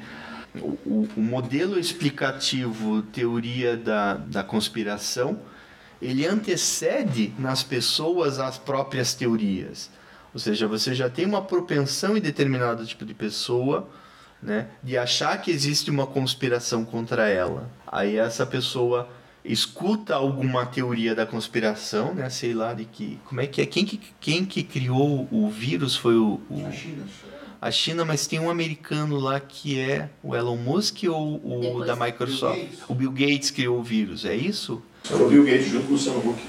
o, o modelo explicativo, teoria da, da conspiração, ele antecede nas pessoas as próprias teorias. Ou seja, você já tem uma propensão em determinado tipo de pessoa, né, de achar que existe uma conspiração contra ela. Aí essa pessoa escuta alguma teoria da conspiração, né, sei lá, de que... Como é que é? Quem que, quem que criou o vírus foi o... o A China. A China, mas tem um americano lá que é o Elon Musk ou o Depois, da Microsoft? Bill Gates. O Bill Gates criou o vírus, é isso? Era o Bill Gates junto com o Luciano Huck.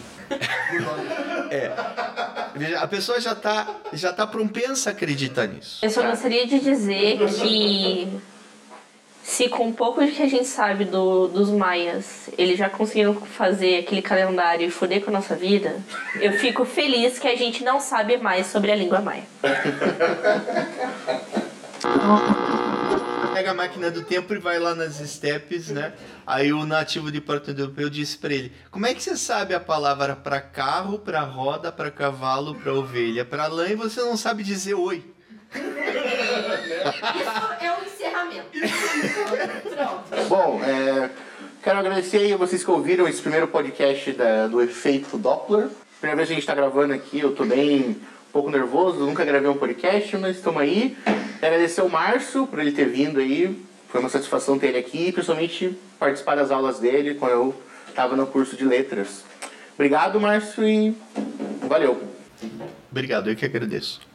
Veja, a pessoa já está já tá propensa a acreditar nisso. Eu só gostaria de dizer que, se com um pouco de que a gente sabe do, dos maias, eles já conseguiram fazer aquele calendário e foder com a nossa vida, eu fico feliz que a gente não sabe mais sobre a língua maia. Pega a máquina do tempo e vai lá nas estepes, né? Aí o nativo de proto-europeu disse para ele: como é que você sabe a palavra para carro, para roda, para cavalo, para ovelha, para lã e você não sabe dizer oi? Isso é um encerramento. Pronto. Bom, é, quero agradecer aí a vocês que ouviram esse primeiro podcast da, do Efeito Doppler. Primeira vez que a gente está gravando aqui, eu tô bem um pouco nervoso, nunca gravei um podcast, mas estamos aí. Agradecer ao Márcio por ele ter vindo aí, foi uma satisfação ter ele aqui e principalmente participar das aulas dele quando eu estava no curso de letras. Obrigado, Márcio, e valeu. Obrigado, eu que agradeço.